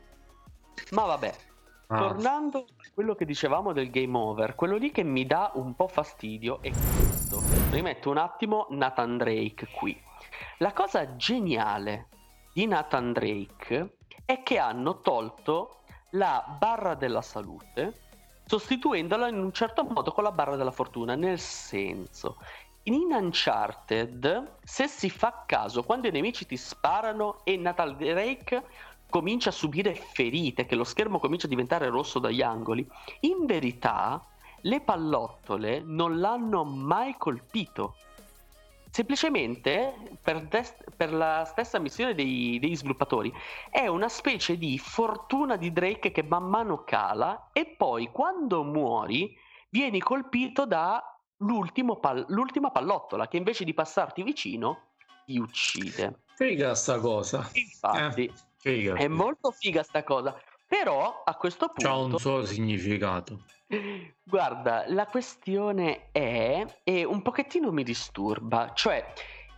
Ma vabbè, Ah. tornando a quello che dicevamo del game over, quello lì che mi dà un po' fastidio è questo. Rimetto un attimo Nathan Drake qui. La cosa geniale di Nathan Drake è che hanno tolto la barra della salute, sostituendola in un certo modo con la barra della fortuna, nel senso, in Uncharted, se si fa caso, quando i nemici ti sparano e Nathan Drake comincia a subire ferite, che lo schermo comincia a diventare rosso dagli angoli, in verità le pallottole non l'hanno mai colpito. Semplicemente per, des- per la stessa missione dei, dei sviluppatori è una specie di fortuna di Drake che man mano cala, e poi quando muori vieni colpito da l'ultimo pal- l'ultima pallottola che invece di passarti vicino ti uccide. Figa sta cosa. Infatti Eh, figa, è figa. molto figa sta cosa, però a questo punto C'ha un suo significato. Guarda, la questione è, e un pochettino mi disturba, cioè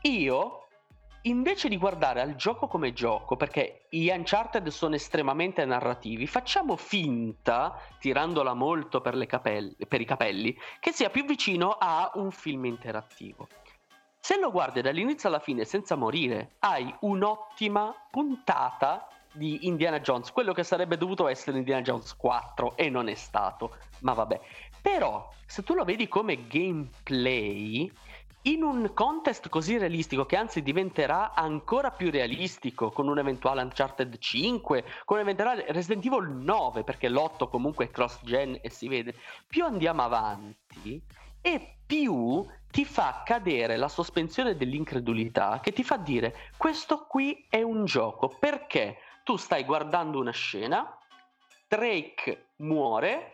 io invece di guardare al gioco come gioco, perché gli Uncharted sono estremamente narrativi, facciamo finta, tirandola molto per, le capelli, per i capelli, che sia più vicino a un film interattivo. Se lo guardi dall'inizio alla fine senza morire, hai un'ottima puntata di Indiana Jones, quello che sarebbe dovuto essere Indiana Jones quattro e non è stato, ma vabbè. Però se tu lo vedi come gameplay in un contest così realistico, che anzi diventerà ancora più realistico con un eventuale Uncharted cinque, con un eventuale Resident Evil nove, perché l'otto comunque è cross gen e si vede, più andiamo avanti e più ti fa cadere la sospensione dell'incredulità, che ti fa dire questo qui è un gioco, perché tu stai guardando una scena, Drake muore,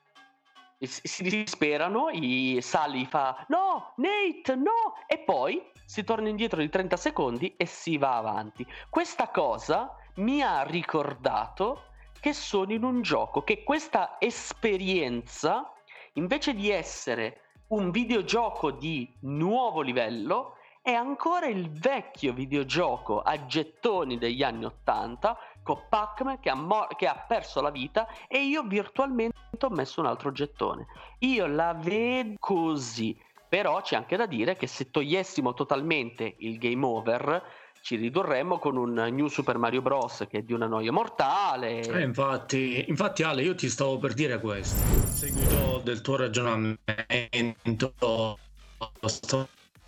si disperano, i Sally fa no, Nate, no, e poi si torna indietro di trenta secondi e si va avanti. Questa cosa mi ha ricordato che sono in un gioco, che questa esperienza, invece di essere un videogioco di nuovo livello, è ancora il vecchio videogioco a gettoni degli anni ottanta con Pac-Man che ha, mo- che ha perso la vita e io virtualmente ho messo un altro gettone. Io la vedo così, però c'è anche da dire che se togliessimo totalmente il game over ci ridurremmo con un New Super Mario Bros. Che è di una noia mortale. Eh, infatti, infatti Ale, io ti stavo per dire questo. A seguito del tuo ragionamento, sto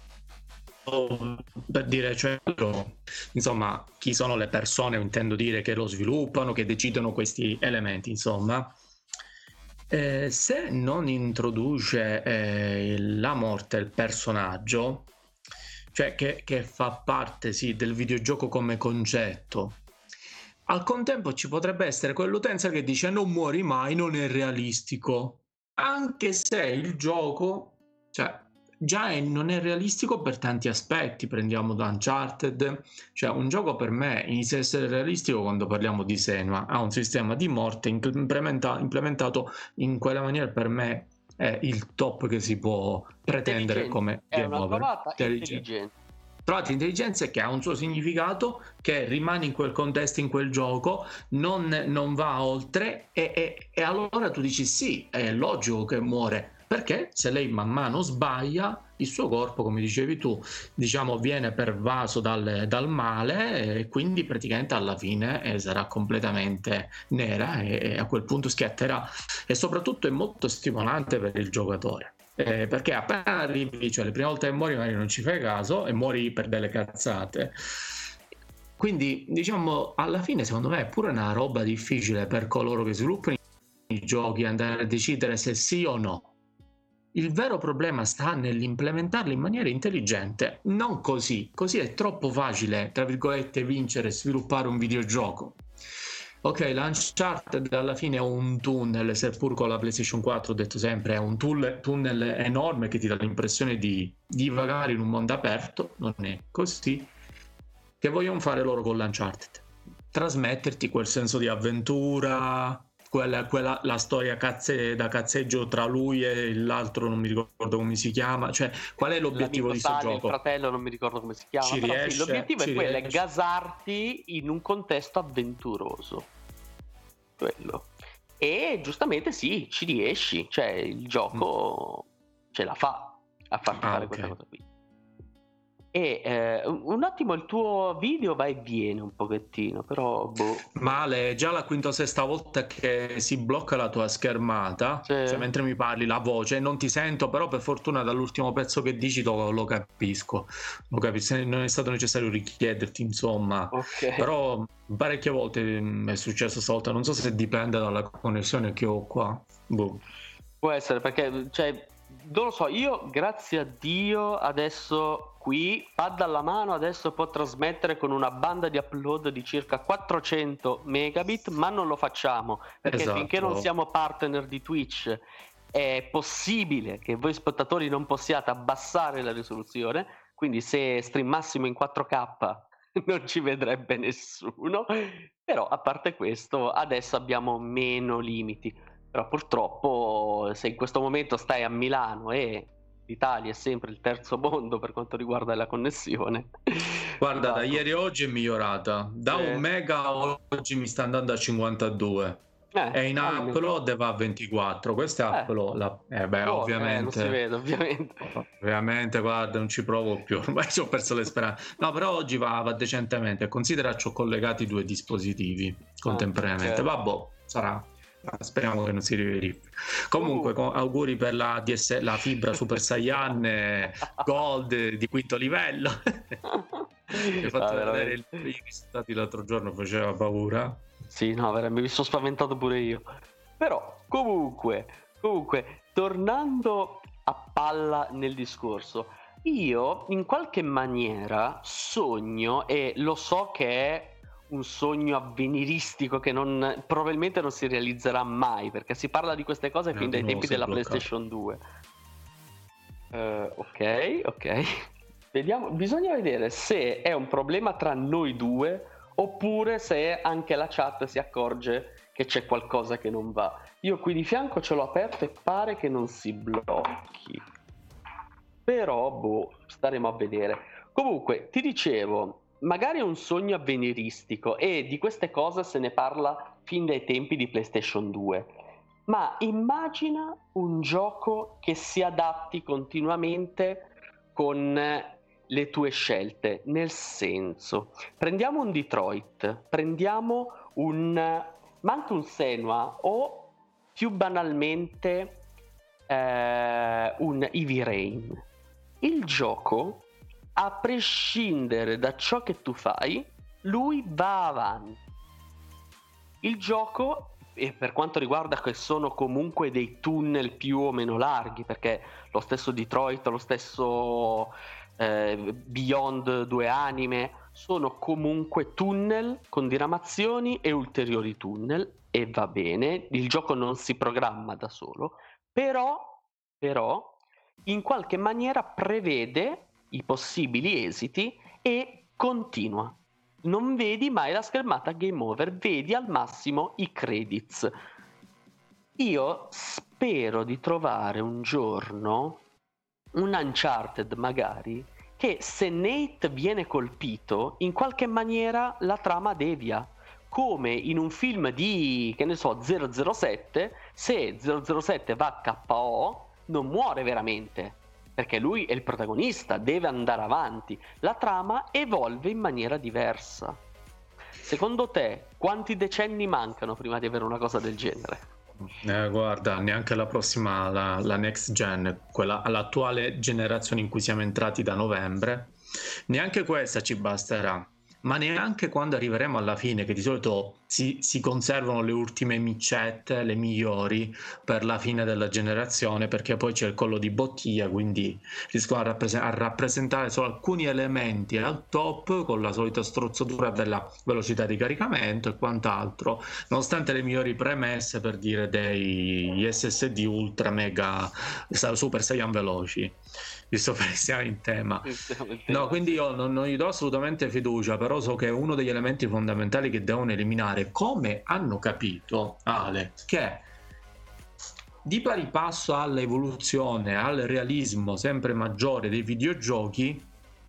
per dire, cioè, insomma, chi sono le persone, intendo dire, che lo sviluppano, che decidono questi elementi, insomma. Eh, se non introduce eh, la morte del personaggio, cioè che, che fa parte sì del videogioco come concetto, al contempo ci potrebbe essere quell'utenza che dice non muori mai, non è realistico, anche se il gioco, cioè, già è, non è realistico per tanti aspetti. Prendiamo da Uncharted, cioè un gioco per me inizia a essere realistico quando parliamo di Senua, ha un sistema di morte implementa- implementato in quella maniera, per me è il top che si può pretendere come è game una over. trovata Intelligente. intelligente. Trovate intelligenza che ha un suo significato, che rimane in quel contesto, in quel gioco, non, non va oltre, e, e, e allora tu dici sì, è logico che muore, perché se lei man mano sbaglia, il suo corpo, come dicevi tu, diciamo viene pervaso dal, dal male, e quindi praticamente alla fine eh, sarà completamente nera, e, e a quel punto schiatterà, e soprattutto è molto stimolante per il giocatore. Eh, perché appena arrivi, cioè le prime volte che muori magari non ci fai caso e muori per delle cazzate. Quindi diciamo alla fine secondo me è pure una roba difficile per coloro che sviluppano i giochi andare a decidere se sì o no. Il vero problema sta nell'implementarli in maniera intelligente, non così. Così è troppo facile, tra virgolette, vincere e sviluppare un videogioco. Ok, l'Uncharted alla fine è un tunnel, seppur con la PlayStation quattro, ho detto sempre, è un tunnel, tunnel enorme che ti dà l'impressione di divagare in un mondo aperto. Non è così. Che vogliono fare loro con l'Uncharted? Trasmetterti quel senso di avventura, quella, quella la storia cazze, da cazzeggio tra lui e l'altro, non mi ricordo come si chiama, cioè qual è l'obiettivo di questo gioco? Il fratello, non mi ricordo come si chiama, ci però riesce, sì, l'obiettivo ci è quello, riesce. è gasarti in un contesto avventuroso, quello. E giustamente sì, ci riesci, cioè il gioco mm. ce la fa a farti ah, fare okay. questa cosa qui. E eh, un attimo il tuo video va e viene un pochettino, però boh. Male, già la quinta o sesta volta che si blocca la tua schermata, sì. Cioè mentre mi parli la voce, non ti sento, però per fortuna dall'ultimo pezzo che dici lo, lo capisco, lo capisco, non è stato necessario richiederti insomma, okay. Però parecchie volte è successo stavolta, non so se dipende dalla connessione che ho qua, boh. Può essere, perché cioè non lo so, io grazie a Dio adesso qui, pad alla mano, adesso può trasmettere con una banda di upload di circa quattrocento megabit, ma non lo facciamo perché esatto. Finché non siamo partner di Twitch è possibile che voi spettatori non possiate abbassare la risoluzione, quindi se streamassimo in quattro K non ci vedrebbe nessuno, però a parte questo adesso abbiamo meno limiti. Però purtroppo se in questo momento stai a Milano e l'Italia è sempre il terzo mondo per quanto riguarda la connessione. Guarda, da ieri a oggi è migliorata. Da eh. un mega oggi mi sta andando a cinquantadue. Eh, e in upload va a ventiquattro. Questa è upload. Eh. La... Eh beh, oh, ovviamente. Eh, non si vede, ovviamente. Ovviamente, guarda, non ci provo più. Ormai ci ho perso le speranze. No, però oggi va, va decentemente. Considera ci ho collegati due dispositivi contemporaneamente. Ah, certo. Vabbè, sarà. Speriamo che non si riverifichi. Comunque uh. auguri per la D S L, la fibra Super Saiyan Gold di quinto livello. Mi hai fatto ah, vedere i risultati l'altro giorno, faceva paura. Sì, no, veramente mi sono spaventato pure io. Però comunque, comunque tornando a palla nel discorso, io in qualche maniera sogno, e lo so che è un sogno avveniristico che non, probabilmente non si realizzerà mai, perché si parla di queste cose no, fin dai tempi della bloccato. PlayStation due. Uh, ok, ok. Vediamo, bisogna vedere se è un problema tra noi due oppure se anche la chat si accorge che c'è qualcosa che non va. Io qui di fianco ce l'ho aperto e pare che non si blocchi. Però, boh, staremo a vedere. Comunque, ti dicevo, magari è un sogno avveniristico e di queste cose se ne parla fin dai tempi di PlayStation due, ma immagina un gioco che si adatti continuamente con le tue scelte, nel senso, prendiamo un Detroit, prendiamo un, ma anche un Senua o più banalmente eh, un Heavy Rain. Il gioco, a prescindere da ciò che tu fai, lui va avanti. Il gioco, e per quanto riguarda che sono comunque dei tunnel più o meno larghi, perché lo stesso Detroit, lo stesso eh, Beyond Due Anime sono comunque tunnel con diramazioni e ulteriori tunnel, e va bene, il gioco non si programma da solo, però, però in qualche maniera prevede i possibili esiti e continua. Non vedi mai la schermata game over, vedi al massimo i credits. Io spero di trovare un giorno un Uncharted magari che se Nate viene colpito in qualche maniera la trama devia, come in un film di, che ne so, zero zero sette, se zero zero sette va K O non muore veramente, perché lui è il protagonista, deve andare avanti. La trama evolve in maniera diversa. Secondo te, quanti decenni mancano prima di avere una cosa del genere? Eh, guarda, neanche la prossima, la, la next gen, quella all'attuale generazione in cui siamo entrati da novembre, neanche questa ci basterà. Ma neanche quando arriveremo alla fine, che di solito si, si conservano le ultime micette, le migliori per la fine della generazione, perché poi c'è il collo di bottiglia, quindi riescono a, rappres- a rappresentare solo alcuni elementi al top con la solita strozzatura della velocità di caricamento e quant'altro, nonostante le migliori premesse, per dire, dei S S D ultra mega super saiyan veloci, visto che siamo in tema. No, quindi io non, non gli do assolutamente fiducia, però so che è uno degli elementi fondamentali che devono eliminare, come hanno capito, Ale, che di pari passo all'evoluzione, al realismo sempre maggiore dei videogiochi,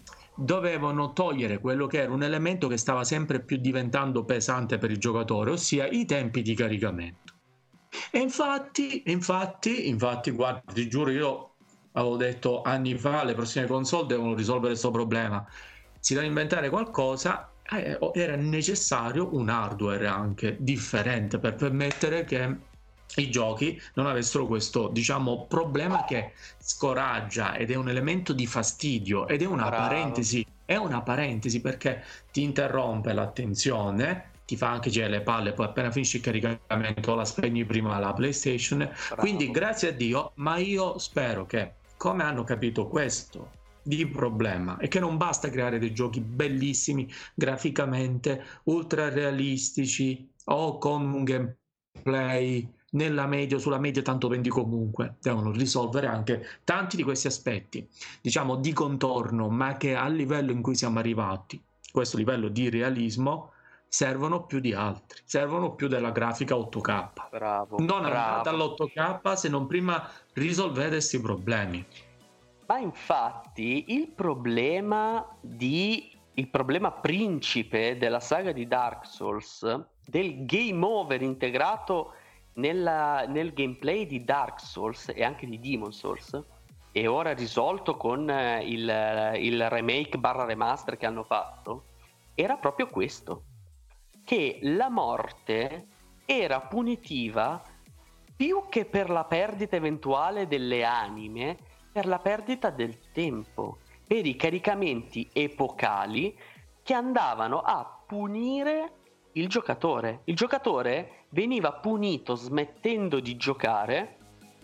dovevano togliere quello che era un elemento che stava sempre più diventando pesante per il giocatore, ossia i tempi di caricamento. E infatti, infatti, infatti, guarda, ti giuro, io avevo detto anni fa, le prossime console devono risolvere questo problema, si deve inventare qualcosa, eh, era necessario un hardware anche differente per permettere che i giochi non avessero questo, diciamo, problema che scoraggia ed è un elemento di fastidio, ed è una Bravo. parentesi, è una parentesi perché ti interrompe l'attenzione, ti fa anche girare le palle, poi appena finisci il caricamento la spegni prima la PlayStation. Bravo. Quindi grazie a Dio, ma io spero che, come hanno capito questo di problema, e che non basta creare dei giochi bellissimi graficamente, ultra realistici o con un gameplay nella media, sulla media tanto vendi comunque, devono risolvere anche tanti di questi aspetti, diciamo, di contorno, ma che a livello in cui siamo arrivati, questo livello di realismo, servono più di altri, servono più della grafica otto K. Bravo, non bravo. andate all'otto K se non prima risolvete questi problemi. Ma infatti il problema di il problema principe della saga di Dark Souls, del game over integrato nella, nel gameplay di Dark Souls e anche di Demon Souls, e ora risolto con il, il remake barra remaster che hanno fatto, era proprio questo, che la morte era punitiva più che per la perdita eventuale delle anime, per la perdita del tempo, per i caricamenti epocali che andavano a punire il giocatore. Il giocatore veniva punito smettendo di giocare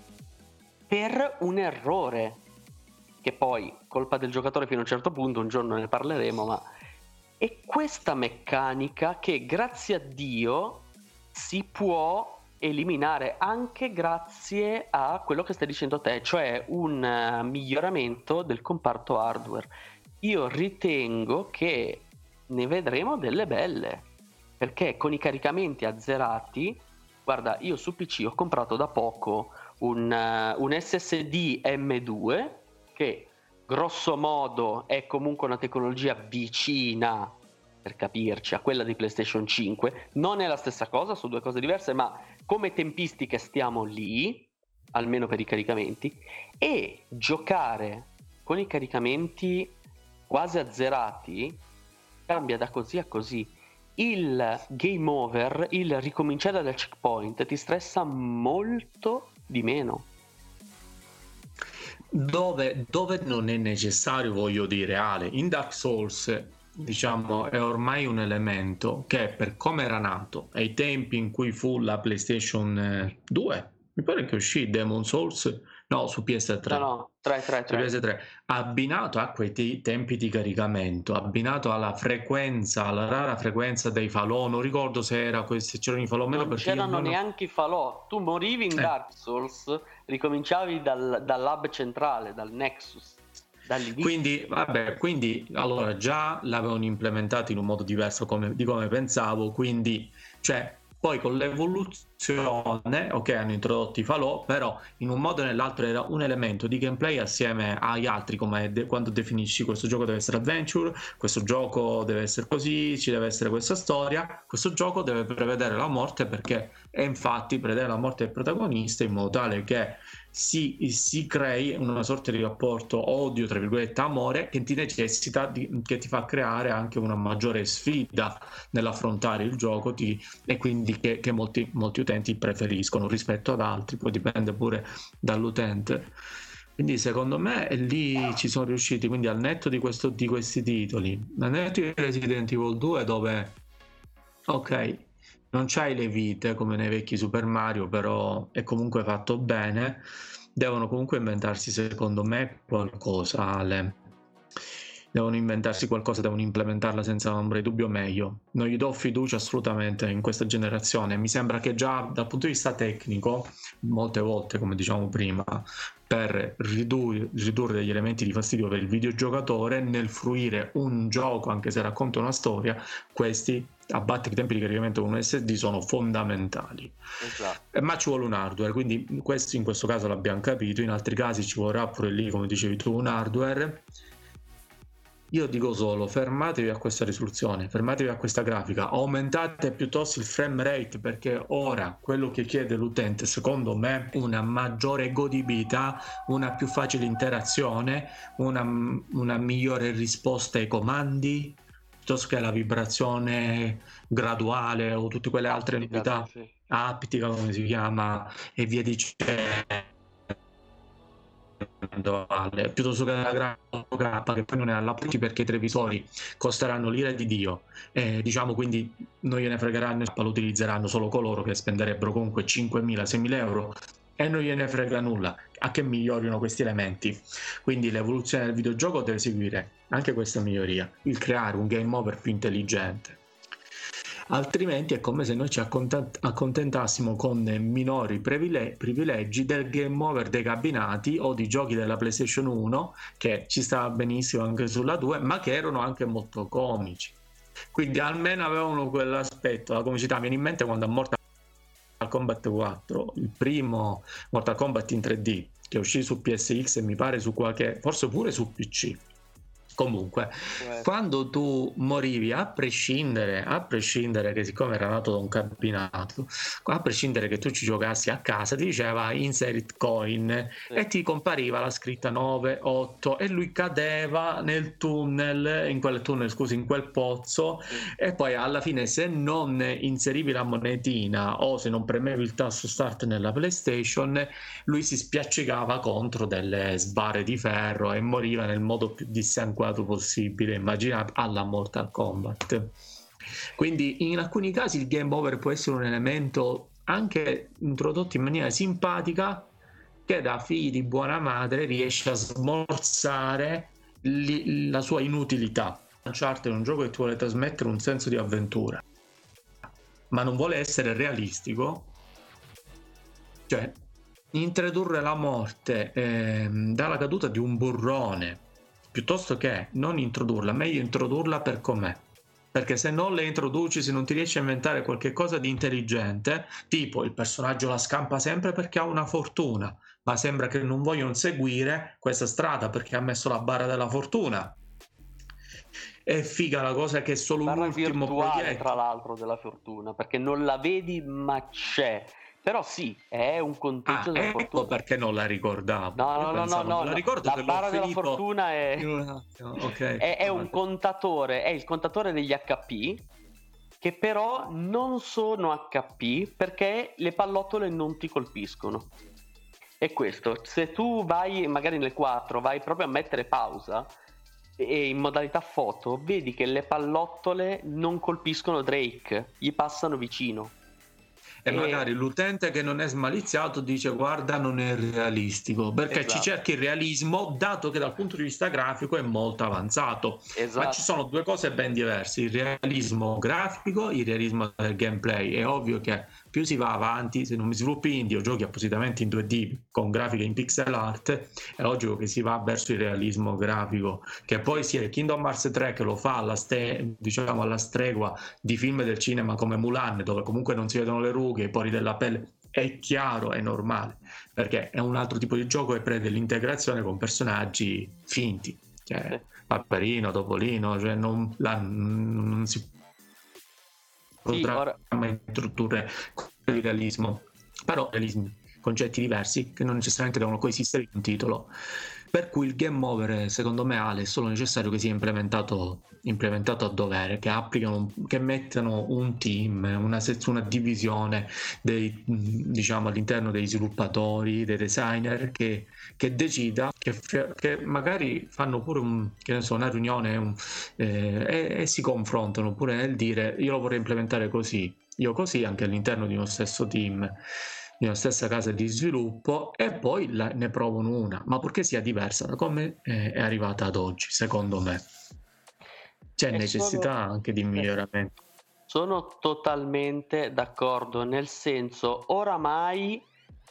per un errore, che poi colpa del giocatore fino a un certo punto, un giorno ne parleremo, ma è questa meccanica che grazie a Dio si può eliminare anche grazie a quello che stai dicendo te, cioè un uh, miglioramento del comparto hardware. Io ritengo che ne vedremo delle belle, perché con i caricamenti azzerati, guarda, io su P C ho comprato da poco un, uh, un S S D M due che grosso modo è comunque una tecnologia vicina, per capirci, a quella di PlayStation cinque. Non è la stessa cosa, sono due cose diverse, ma come tempistiche stiamo lì, almeno per i caricamenti, e giocare con i caricamenti quasi azzerati cambia da così a così. Il game over, il ricominciare dal checkpoint ti stressa molto di meno. Dove, dove non è necessario, voglio dire, Ale, in Dark Souls, diciamo, è ormai un elemento che, per come era nato ai tempi in cui fu la PlayStation due, mi pare che uscì Demon Souls, no, su P S tre, no no tre tre tre P S tre, abbinato a quei t- tempi di caricamento, abbinato alla frequenza, alla rara frequenza dei falò, non ricordo se era se c'erano i falò o meno, non perché c'erano non... neanche i falò, tu morivi in eh. Dark Souls, ricominciavi dal, dal hub centrale, dal Nexus. Quindi, vabbè, quindi allora già l'avevano implementato in un modo diverso come, di come pensavo, quindi, cioè, poi con l'evoluzione, ok, hanno introdotto i falò, però in un modo o nell'altro era un elemento di gameplay assieme agli altri, come de- quando definisci questo gioco deve essere adventure, questo gioco deve essere così, ci deve essere questa storia, questo gioco deve prevedere la morte, perché è infatti prevedere la morte del protagonista in modo tale che si, si crei una sorta di rapporto odio, tra virgolette, amore, che ti necessita di, che ti fa creare anche una maggiore sfida nell'affrontare il gioco ti, e quindi che, che molti, molti utenti preferiscono rispetto ad altri, poi dipende pure dall'utente. Quindi secondo me lì ci sono riusciti, quindi al netto di, questo, di questi titoli, al netto di Resident Evil due, dove ok, non c'hai le vite come nei vecchi Super Mario, però è comunque fatto bene, devono comunque inventarsi secondo me qualcosa, Ale. Devono inventarsi qualcosa, devono implementarla senza ombra di dubbio meglio. Non gli do fiducia assolutamente in questa generazione. Mi sembra che già dal punto di vista tecnico, molte volte, come diciamo prima, per ridurre, ridurre degli elementi di fastidio per il videogiocatore nel fruire un gioco, anche se racconta una storia, questi abbattere i tempi di caricamento con un S S D sono fondamentali. Esatto. Ma ci vuole un hardware, quindi questo in questo caso l'abbiamo capito, in altri casi ci vorrà pure lì, come dicevi tu, un hardware. Io dico solo, fermatevi a questa risoluzione, fermatevi a questa grafica, aumentate piuttosto il frame rate, perché ora quello che chiede l'utente, secondo me, una maggiore godibilità, una più facile interazione, una, una migliore risposta ai comandi, piuttosto che la vibrazione graduale o tutte quelle altre novità, sì, sì. aptica come si chiama, e via dicendo. Piuttosto che la grafica che poi non è alla punti, perché i televisori costeranno l'ira di Dio, eh, diciamo, quindi non gliene fregherà nessuno, lo utilizzeranno solo coloro che spenderebbero comunque cinquemila seimila euro e non gliene frega nulla a che migliorino questi elementi. Quindi l'evoluzione del videogioco deve seguire anche questa miglioria, il creare un game over più intelligente. Altrimenti è come se noi ci accontentassimo con minori privilegi del game over dei cabinati o di giochi della PlayStation uno, che ci stava benissimo anche sulla due, ma che erano anche molto comici. Quindi almeno avevano quell'aspetto, la comicità. Mi viene in mente quando a Mortal Kombat quattro, il primo Mortal Kombat in tre D, che uscì su P S X e mi pare su qualche, forse pure su P C. Comunque, eh. quando tu morivi, a prescindere, a prescindere che siccome era nato da un cabinato, a prescindere che tu ci giocassi a casa, ti diceva insert coin, sì, e ti compariva la scritta nove, otto e lui cadeva nel tunnel, in quel tunnel, scusi, in quel pozzo, sì, e poi alla fine se non inserivi la monetina o se non premevi il tasto start nella PlayStation, lui si spiaccicava contro delle sbarre di ferro e moriva nel modo più dissanguato possibile, immaginato, alla Mortal Kombat. Quindi in alcuni casi il game over può essere un elemento anche introdotto in maniera simpatica, che da figli di buona madre riesce a smorzare li, la sua inutilità. Uncharted è un gioco che ti vuole trasmettere un senso di avventura, ma non vuole essere realistico, cioè introdurre la morte eh, dalla caduta di un burrone, piuttosto che non introdurla, meglio introdurla per com'è, perché se non le introduci, se non ti riesci a inventare qualche cosa di intelligente, tipo il personaggio la scampa sempre perché ha una fortuna, ma sembra che non vogliono seguire questa strada perché ha messo la barra della fortuna. È figa la cosa che è solo barra l'ultimo virtuale, progetto, tra l'altro, della fortuna, perché non la vedi ma c'è. Però sì, è un conteggio ah, della ecco fortuna. perché non la ricordavo. No, no, no, no, no, la, no. ricordo La che barra l'ho della finito fortuna è... in un attimo. Okay. è, è un contatore, è il contatore degli H P, che però non sono H P perché le pallottole non ti colpiscono. E questo, se tu vai magari nel quattro, vai proprio a mettere pausa e in modalità foto, vedi che le pallottole non colpiscono Drake, gli passano vicino. E, e magari l'utente che non è smaliziato dice guarda, non è realistico, perché esatto, ci cerchi il realismo, dato che dal punto di vista grafico è molto avanzato. Esatto. Ma ci sono due cose ben diverse: il realismo grafico, il realismo del gameplay. È ovvio che più si va avanti, se non mi sviluppi indie o giochi appositamente in due D con grafiche in pixel art, è logico che si va verso il realismo grafico, che poi sia il Kingdom Hearts tre che lo fa alla, ste- diciamo alla stregua di film del cinema come Mulan, dove comunque non si vedono le rughe, i pori della pelle, è chiaro, è normale, perché è un altro tipo di gioco che prende l'integrazione con personaggi finti, cioè Paperino, Topolino, cioè non, la, non si potrà sì, ora... mai introdurre il realismo, però realismi concetti diversi che non necessariamente devono coesistere in un titolo. Per cui il game over, secondo me, Ale, è solo necessario che sia implementato, implementato a dovere, che applicano, che mettano un team, una, una divisione dei, diciamo, all'interno dei sviluppatori, dei designer, che, che decida, che, che magari fanno pure un, che ne so, una riunione un, eh, e, e si confrontano pure nel dire io lo vorrei implementare così, io così, anche all'interno di uno stesso team, di una stessa casa di sviluppo, e poi la, ne provano una, ma purché sia diversa da come è, è arrivata ad oggi, secondo me. C'è È necessità solo... anche di miglioramento. Sono totalmente d'accordo, nel senso, oramai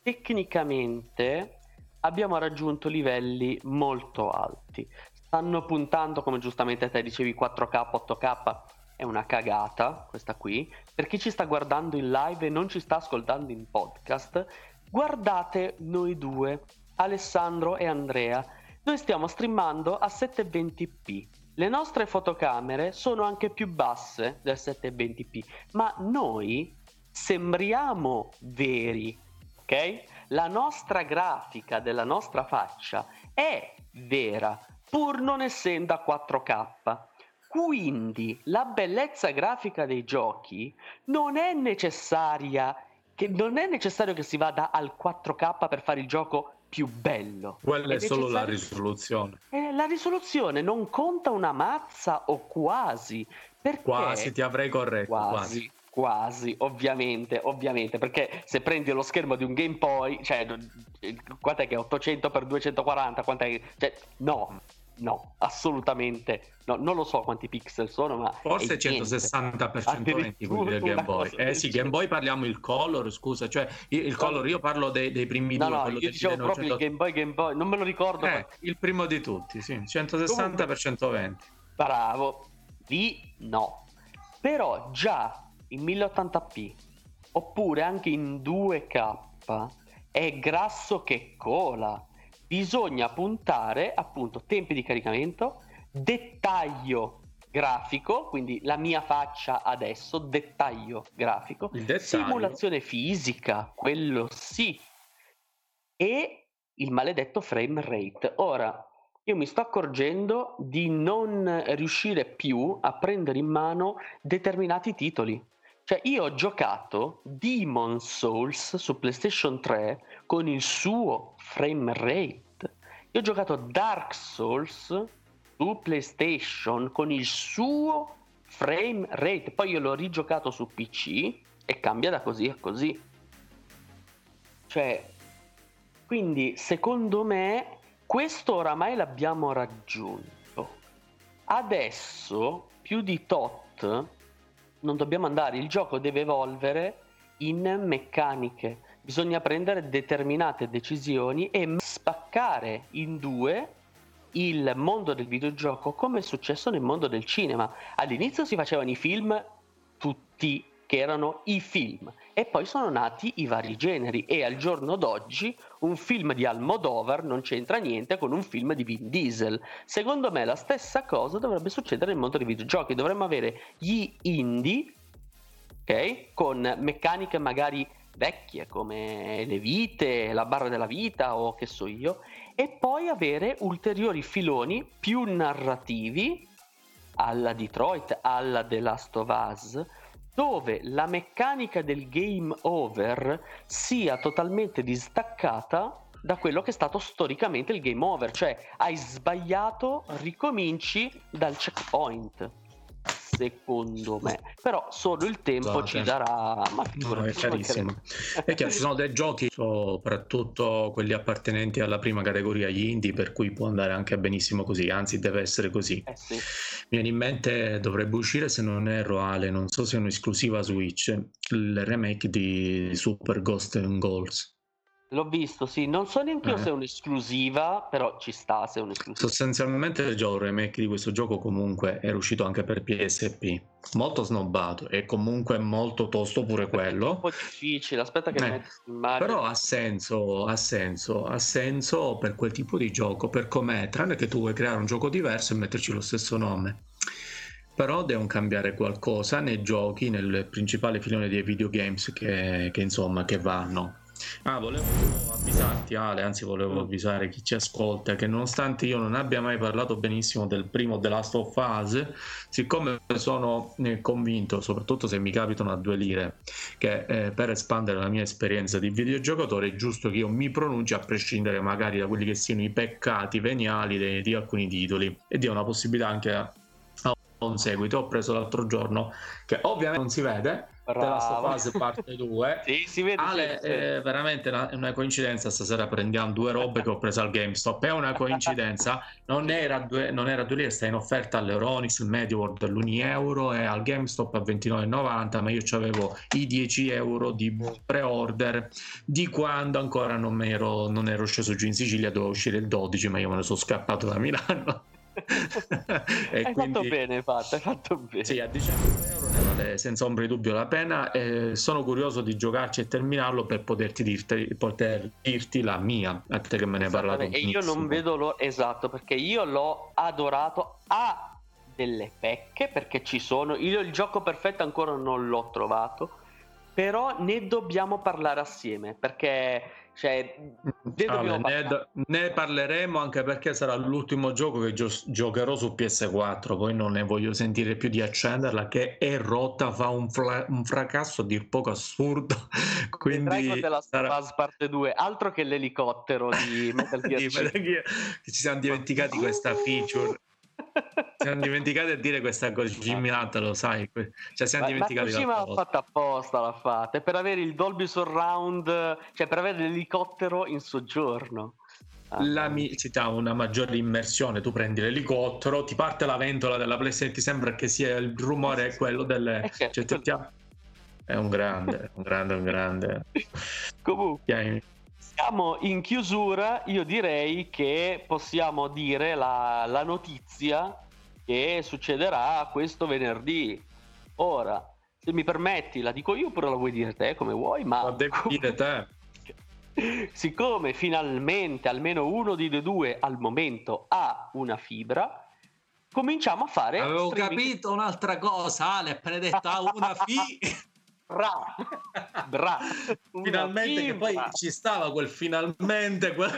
tecnicamente abbiamo raggiunto livelli molto alti. Stanno puntando, come giustamente te dicevi, quattro K, otto K. È una cagata questa qui. Per chi ci sta guardando in live e non ci sta ascoltando in podcast, guardate noi due, Alessandro e Andrea. Noi stiamo streamando a settecentoventi p. Le nostre fotocamere sono anche più basse del settecentoventi p, ma noi sembriamo veri, ok? La nostra grafica della nostra faccia è vera, pur non essendo a quattro K. Quindi la bellezza grafica dei giochi non è necessaria, che non è necessario che si vada al quattro K per fare il gioco più bello. Quella è, è solo la risoluzione. Eh, la risoluzione non conta una mazza, o quasi. Perché... Quasi, ti avrei corretto. Quasi, quasi. quasi, ovviamente, ovviamente. Perché se prendi lo schermo di un Game Boy, cioè, quant'è che è? ottocento per duecentoquaranta? Quant'è che... Cioè, no. No, assolutamente no, non lo so quanti pixel sono, ma forse centosessanta per centoventi quelli del Game Boy. Eh sì, Game Boy parliamo il Color, scusa, cioè il, il Color, io parlo dei, dei primi no, due. No, io dicevo proprio cento... il Game Boy, Game Boy, non me lo ricordo. Eh, il primo di tutti, sì, centosessanta per centoventi. Bravo, lì no. Però già in mille ottanta p, oppure anche in due K, è grasso che cola. Bisogna puntare appunto tempi di caricamento, dettaglio grafico, quindi la mia faccia adesso, dettaglio grafico, simulazione fisica, quello sì, e il maledetto frame rate. Ora, io mi sto accorgendo di non riuscire più a prendere in mano determinati titoli. Cioè, io ho giocato Demon's Souls su PlayStation tre con il suo frame rate. Io ho giocato Dark Souls su PlayStation con il suo frame rate. Poi io l'ho rigiocato su P C e cambia da così a così. Cioè, quindi secondo me questo oramai l'abbiamo raggiunto. Adesso, più di tot, non dobbiamo andare, il gioco deve evolvere in meccaniche, bisogna prendere determinate decisioni e spaccare in due il mondo del videogioco come è successo nel mondo del cinema. All'inizio si facevano i film tutti, che erano i film, e poi sono nati i vari generi, e al giorno d'oggi un film di Almodovar non c'entra niente con un film di Vin Diesel. Secondo me la stessa cosa dovrebbe succedere nel mondo dei videogiochi. Dovremmo avere gli indie, ok, con meccaniche magari vecchie come le vite, la barra della vita o che so io, e poi avere ulteriori filoni più narrativi alla Detroit, alla The Last of Us, dove la meccanica del game over sia totalmente distaccata da quello che è stato storicamente il game over, cioè hai sbagliato, ricominci dal checkpoint, secondo me. Però solo il tempo Scusate. ci darà, ma no, è chiarissimo. È chiaro, ci sono dei giochi, soprattutto quelli appartenenti alla prima categoria, gli indie, per cui può andare anche benissimo così, anzi deve essere così. Eh sì. Mi viene in mente, dovrebbe uscire, se non erro Ale, non so se è un'esclusiva Switch, il remake di Super Ghost and Goals. L'ho visto, sì, non so neanche io eh. se è un'esclusiva, però ci sta se è un'esclusiva. Sostanzialmente il gioco, il remake di questo gioco comunque era uscito anche per P S P, molto snobbato e comunque molto tosto pure quello. È un po' difficile, aspetta che eh, metti immagine. Però ha senso, ha senso, ha senso per quel tipo di gioco, per com'è, tranne che tu vuoi creare un gioco diverso e metterci lo stesso nome. Però devono cambiare qualcosa nei giochi, nel principale filone dei videogames che, che insomma che vanno. Ah, volevo avvisarti Ale, anzi volevo avvisare chi ci ascolta che nonostante io non abbia mai parlato benissimo del primo The Last of Us, siccome sono eh, convinto, soprattutto se mi capitano a due lire, che eh, per espandere la mia esperienza di videogiocatore è giusto che io mi pronunci a prescindere magari da quelli che siano i peccati veniali di, di alcuni titoli e dia una possibilità anche a, a un seguito. Ho preso l'altro giorno, che ovviamente non si vede, della sua fase parte due. Sì, si vede. Ale, sì, sì. È veramente una, una coincidenza. Stasera prendiamo due robe che ho preso al GameStop. È una coincidenza. Non era due, non era due lire, sta in offerta all'Euronix, il MediaWorld all'uno euro e al GameStop a ventinove e novanta. Ma io avevo i dieci euro di pre-order di quando ancora non, mi ero, non ero sceso giù in Sicilia. Doveva uscire il dodici, ma io me ne sono scappato da Milano. E hai quindi... fatto bene, hai fatto, hai fatto bene. Sì, a diciannove euro ne vale senza ombra di dubbio la pena. Eh, sono curioso di giocarci e terminarlo per poterti dirti, poter dirti la mia, a te che me ne hai parlato. E io non vedo l'ora, esatto, perché io l'ho adorato. Ha delle pecche perché ci sono. Io il gioco perfetto ancora non l'ho trovato, però ne dobbiamo parlare assieme perché cioè, ne, allora, ne, ne parleremo anche perché sarà l'ultimo gioco che gio- giocherò su P S quattro, poi non ne voglio sentire più di accenderla, che è rotta, fa un, fla- un fracasso a dir poco assurdo. Quindi della sarà... parte due, altro che l'elicottero di Metal Gear, di Metal Gear, che ci siamo dimenticati questa feature. Ci siamo dimenticati a dire questa cosa, Jimmy Hunt, lo sai, cioè siamo ma, dimenticati ma Kojima l'ha fatta apposta, l'ha fatta, è per avere il Dolby Surround, cioè per avere l'elicottero in soggiorno. Ah, la mi- ci dà una maggiore immersione. Tu prendi l'elicottero, ti parte la ventola della PlayStation, ti sembra che sia il rumore è quello delle eh, certo. cioè, ti... è un grande un grande un grande comunque siamo in chiusura. Io direi che possiamo dire la, la notizia che succederà questo venerdì. Ora, se mi permetti, la dico io oppure la vuoi dire te, come vuoi, ma la devi dire te. Siccome finalmente almeno uno di dei due al momento ha una fibra, cominciamo a fare avevo streaming. Capito un'altra cosa, Ale, appena detto ha una fibra. Bra, bra, finalmente, che poi ci stava quel finalmente quel...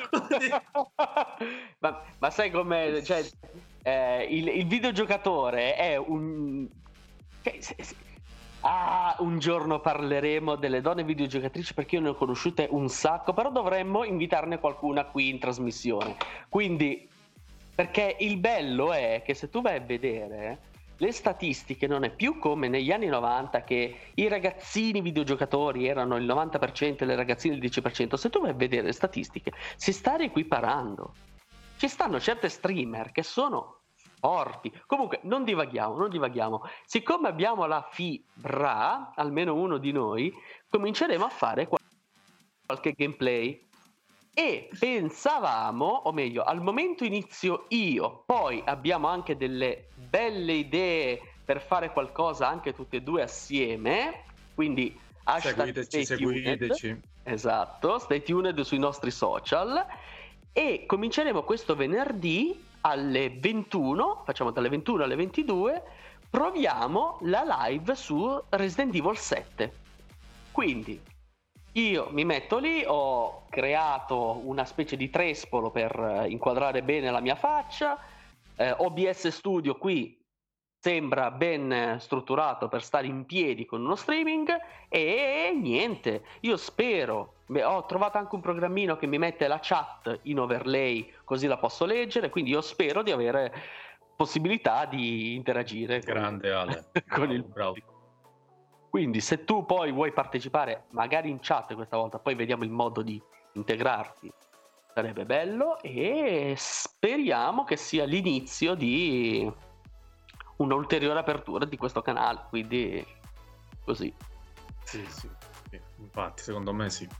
ma, ma sai com'è, cioè, eh, il, il videogiocatore è un cioè, se, se... ah, un giorno parleremo delle donne videogiocatrici perché io ne ho conosciute un sacco, però dovremmo invitarne qualcuna qui in trasmissione, quindi perché il bello è che se tu vai a vedere le statistiche non è più come negli anni novanta che i ragazzini videogiocatori erano il novanta per cento e le ragazzine il dieci per cento. Se tu vai a vedere le statistiche si sta riequiparando. Ci stanno certe streamer che sono forti. Comunque non divaghiamo, non divaghiamo. Siccome abbiamo la fibra, almeno uno di noi, cominceremo a fare qualche gameplay. E pensavamo, o meglio, al momento inizio io, poi abbiamo anche delle belle idee per fare qualcosa anche tutti e due assieme, quindi hashtag seguiteci, stay tuned. seguiteci. Esatto, stay tuned sui nostri social e cominceremo questo venerdì alle ventuno, facciamo dalle ventuno alle ventidue, proviamo la live su Resident Evil sette. Quindi io mi metto lì, ho creato una specie di trespolo per inquadrare bene la mia faccia, eh, O B S Studio qui sembra ben strutturato per stare in piedi con uno streaming e niente, io spero, beh, ho trovato anche un programmino che mi mette la chat in overlay così la posso leggere, quindi io spero di avere possibilità di interagire grande con, Ale con il bravo. Quindi se tu poi vuoi partecipare magari in chat questa volta, poi vediamo il modo di integrarti, sarebbe bello e speriamo che sia l'inizio di un'ulteriore apertura di questo canale, quindi così. Sì, sì, sì, infatti secondo me sì.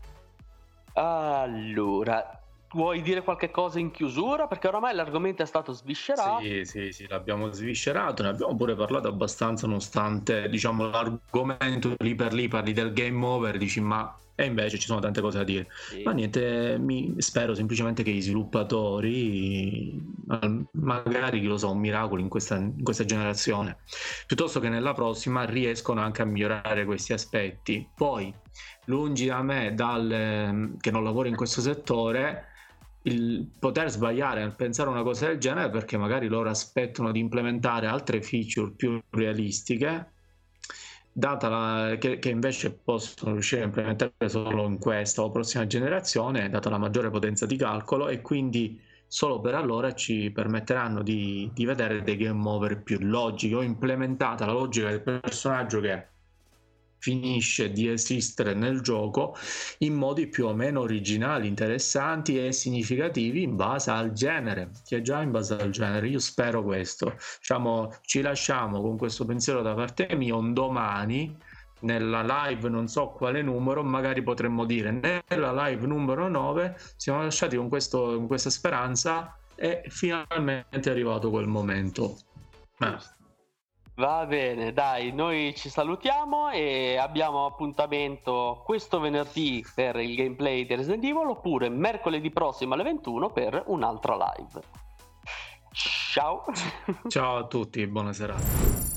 Allora, vuoi dire qualche cosa in chiusura? Perché oramai l'argomento è stato sviscerato. Sì, sì, sì, l'abbiamo sviscerato, ne abbiamo pure parlato abbastanza, nonostante, diciamo, l'argomento lì per lì parli del game over, dici ma E invece ci sono tante cose da dire. Sì. Ma niente, mi spero semplicemente che gli sviluppatori, magari, chi lo so, un miracolo in questa, in questa generazione, piuttosto che nella prossima, riescono anche a migliorare questi aspetti. Poi, lungi da me, dal, che non lavoro in questo settore, il poter sbagliare nel pensare una cosa del genere, perché magari loro aspettano di implementare altre feature più realistiche, data la, che, che invece possono riuscire a implementare solo in questa o prossima generazione, data la maggiore potenza di calcolo, e quindi solo per allora ci permetteranno di, di vedere dei game over più logici, o implementata la logica del personaggio che finisce di esistere nel gioco in modi più o meno originali, interessanti e significativi in base al genere, che è già in base al genere. Io spero questo. Diciamo, ci lasciamo con questo pensiero da parte mia. Un domani nella live, non so quale numero, magari potremmo dire nella live numero nove, siamo lasciati con, questo, con questa speranza, e finalmente è arrivato quel momento. Ma va bene, dai, noi ci salutiamo e abbiamo appuntamento questo venerdì per il gameplay di Resident Evil, oppure mercoledì prossimo alle ventuno per un'altra live. Ciao. Ciao a tutti, buona serata.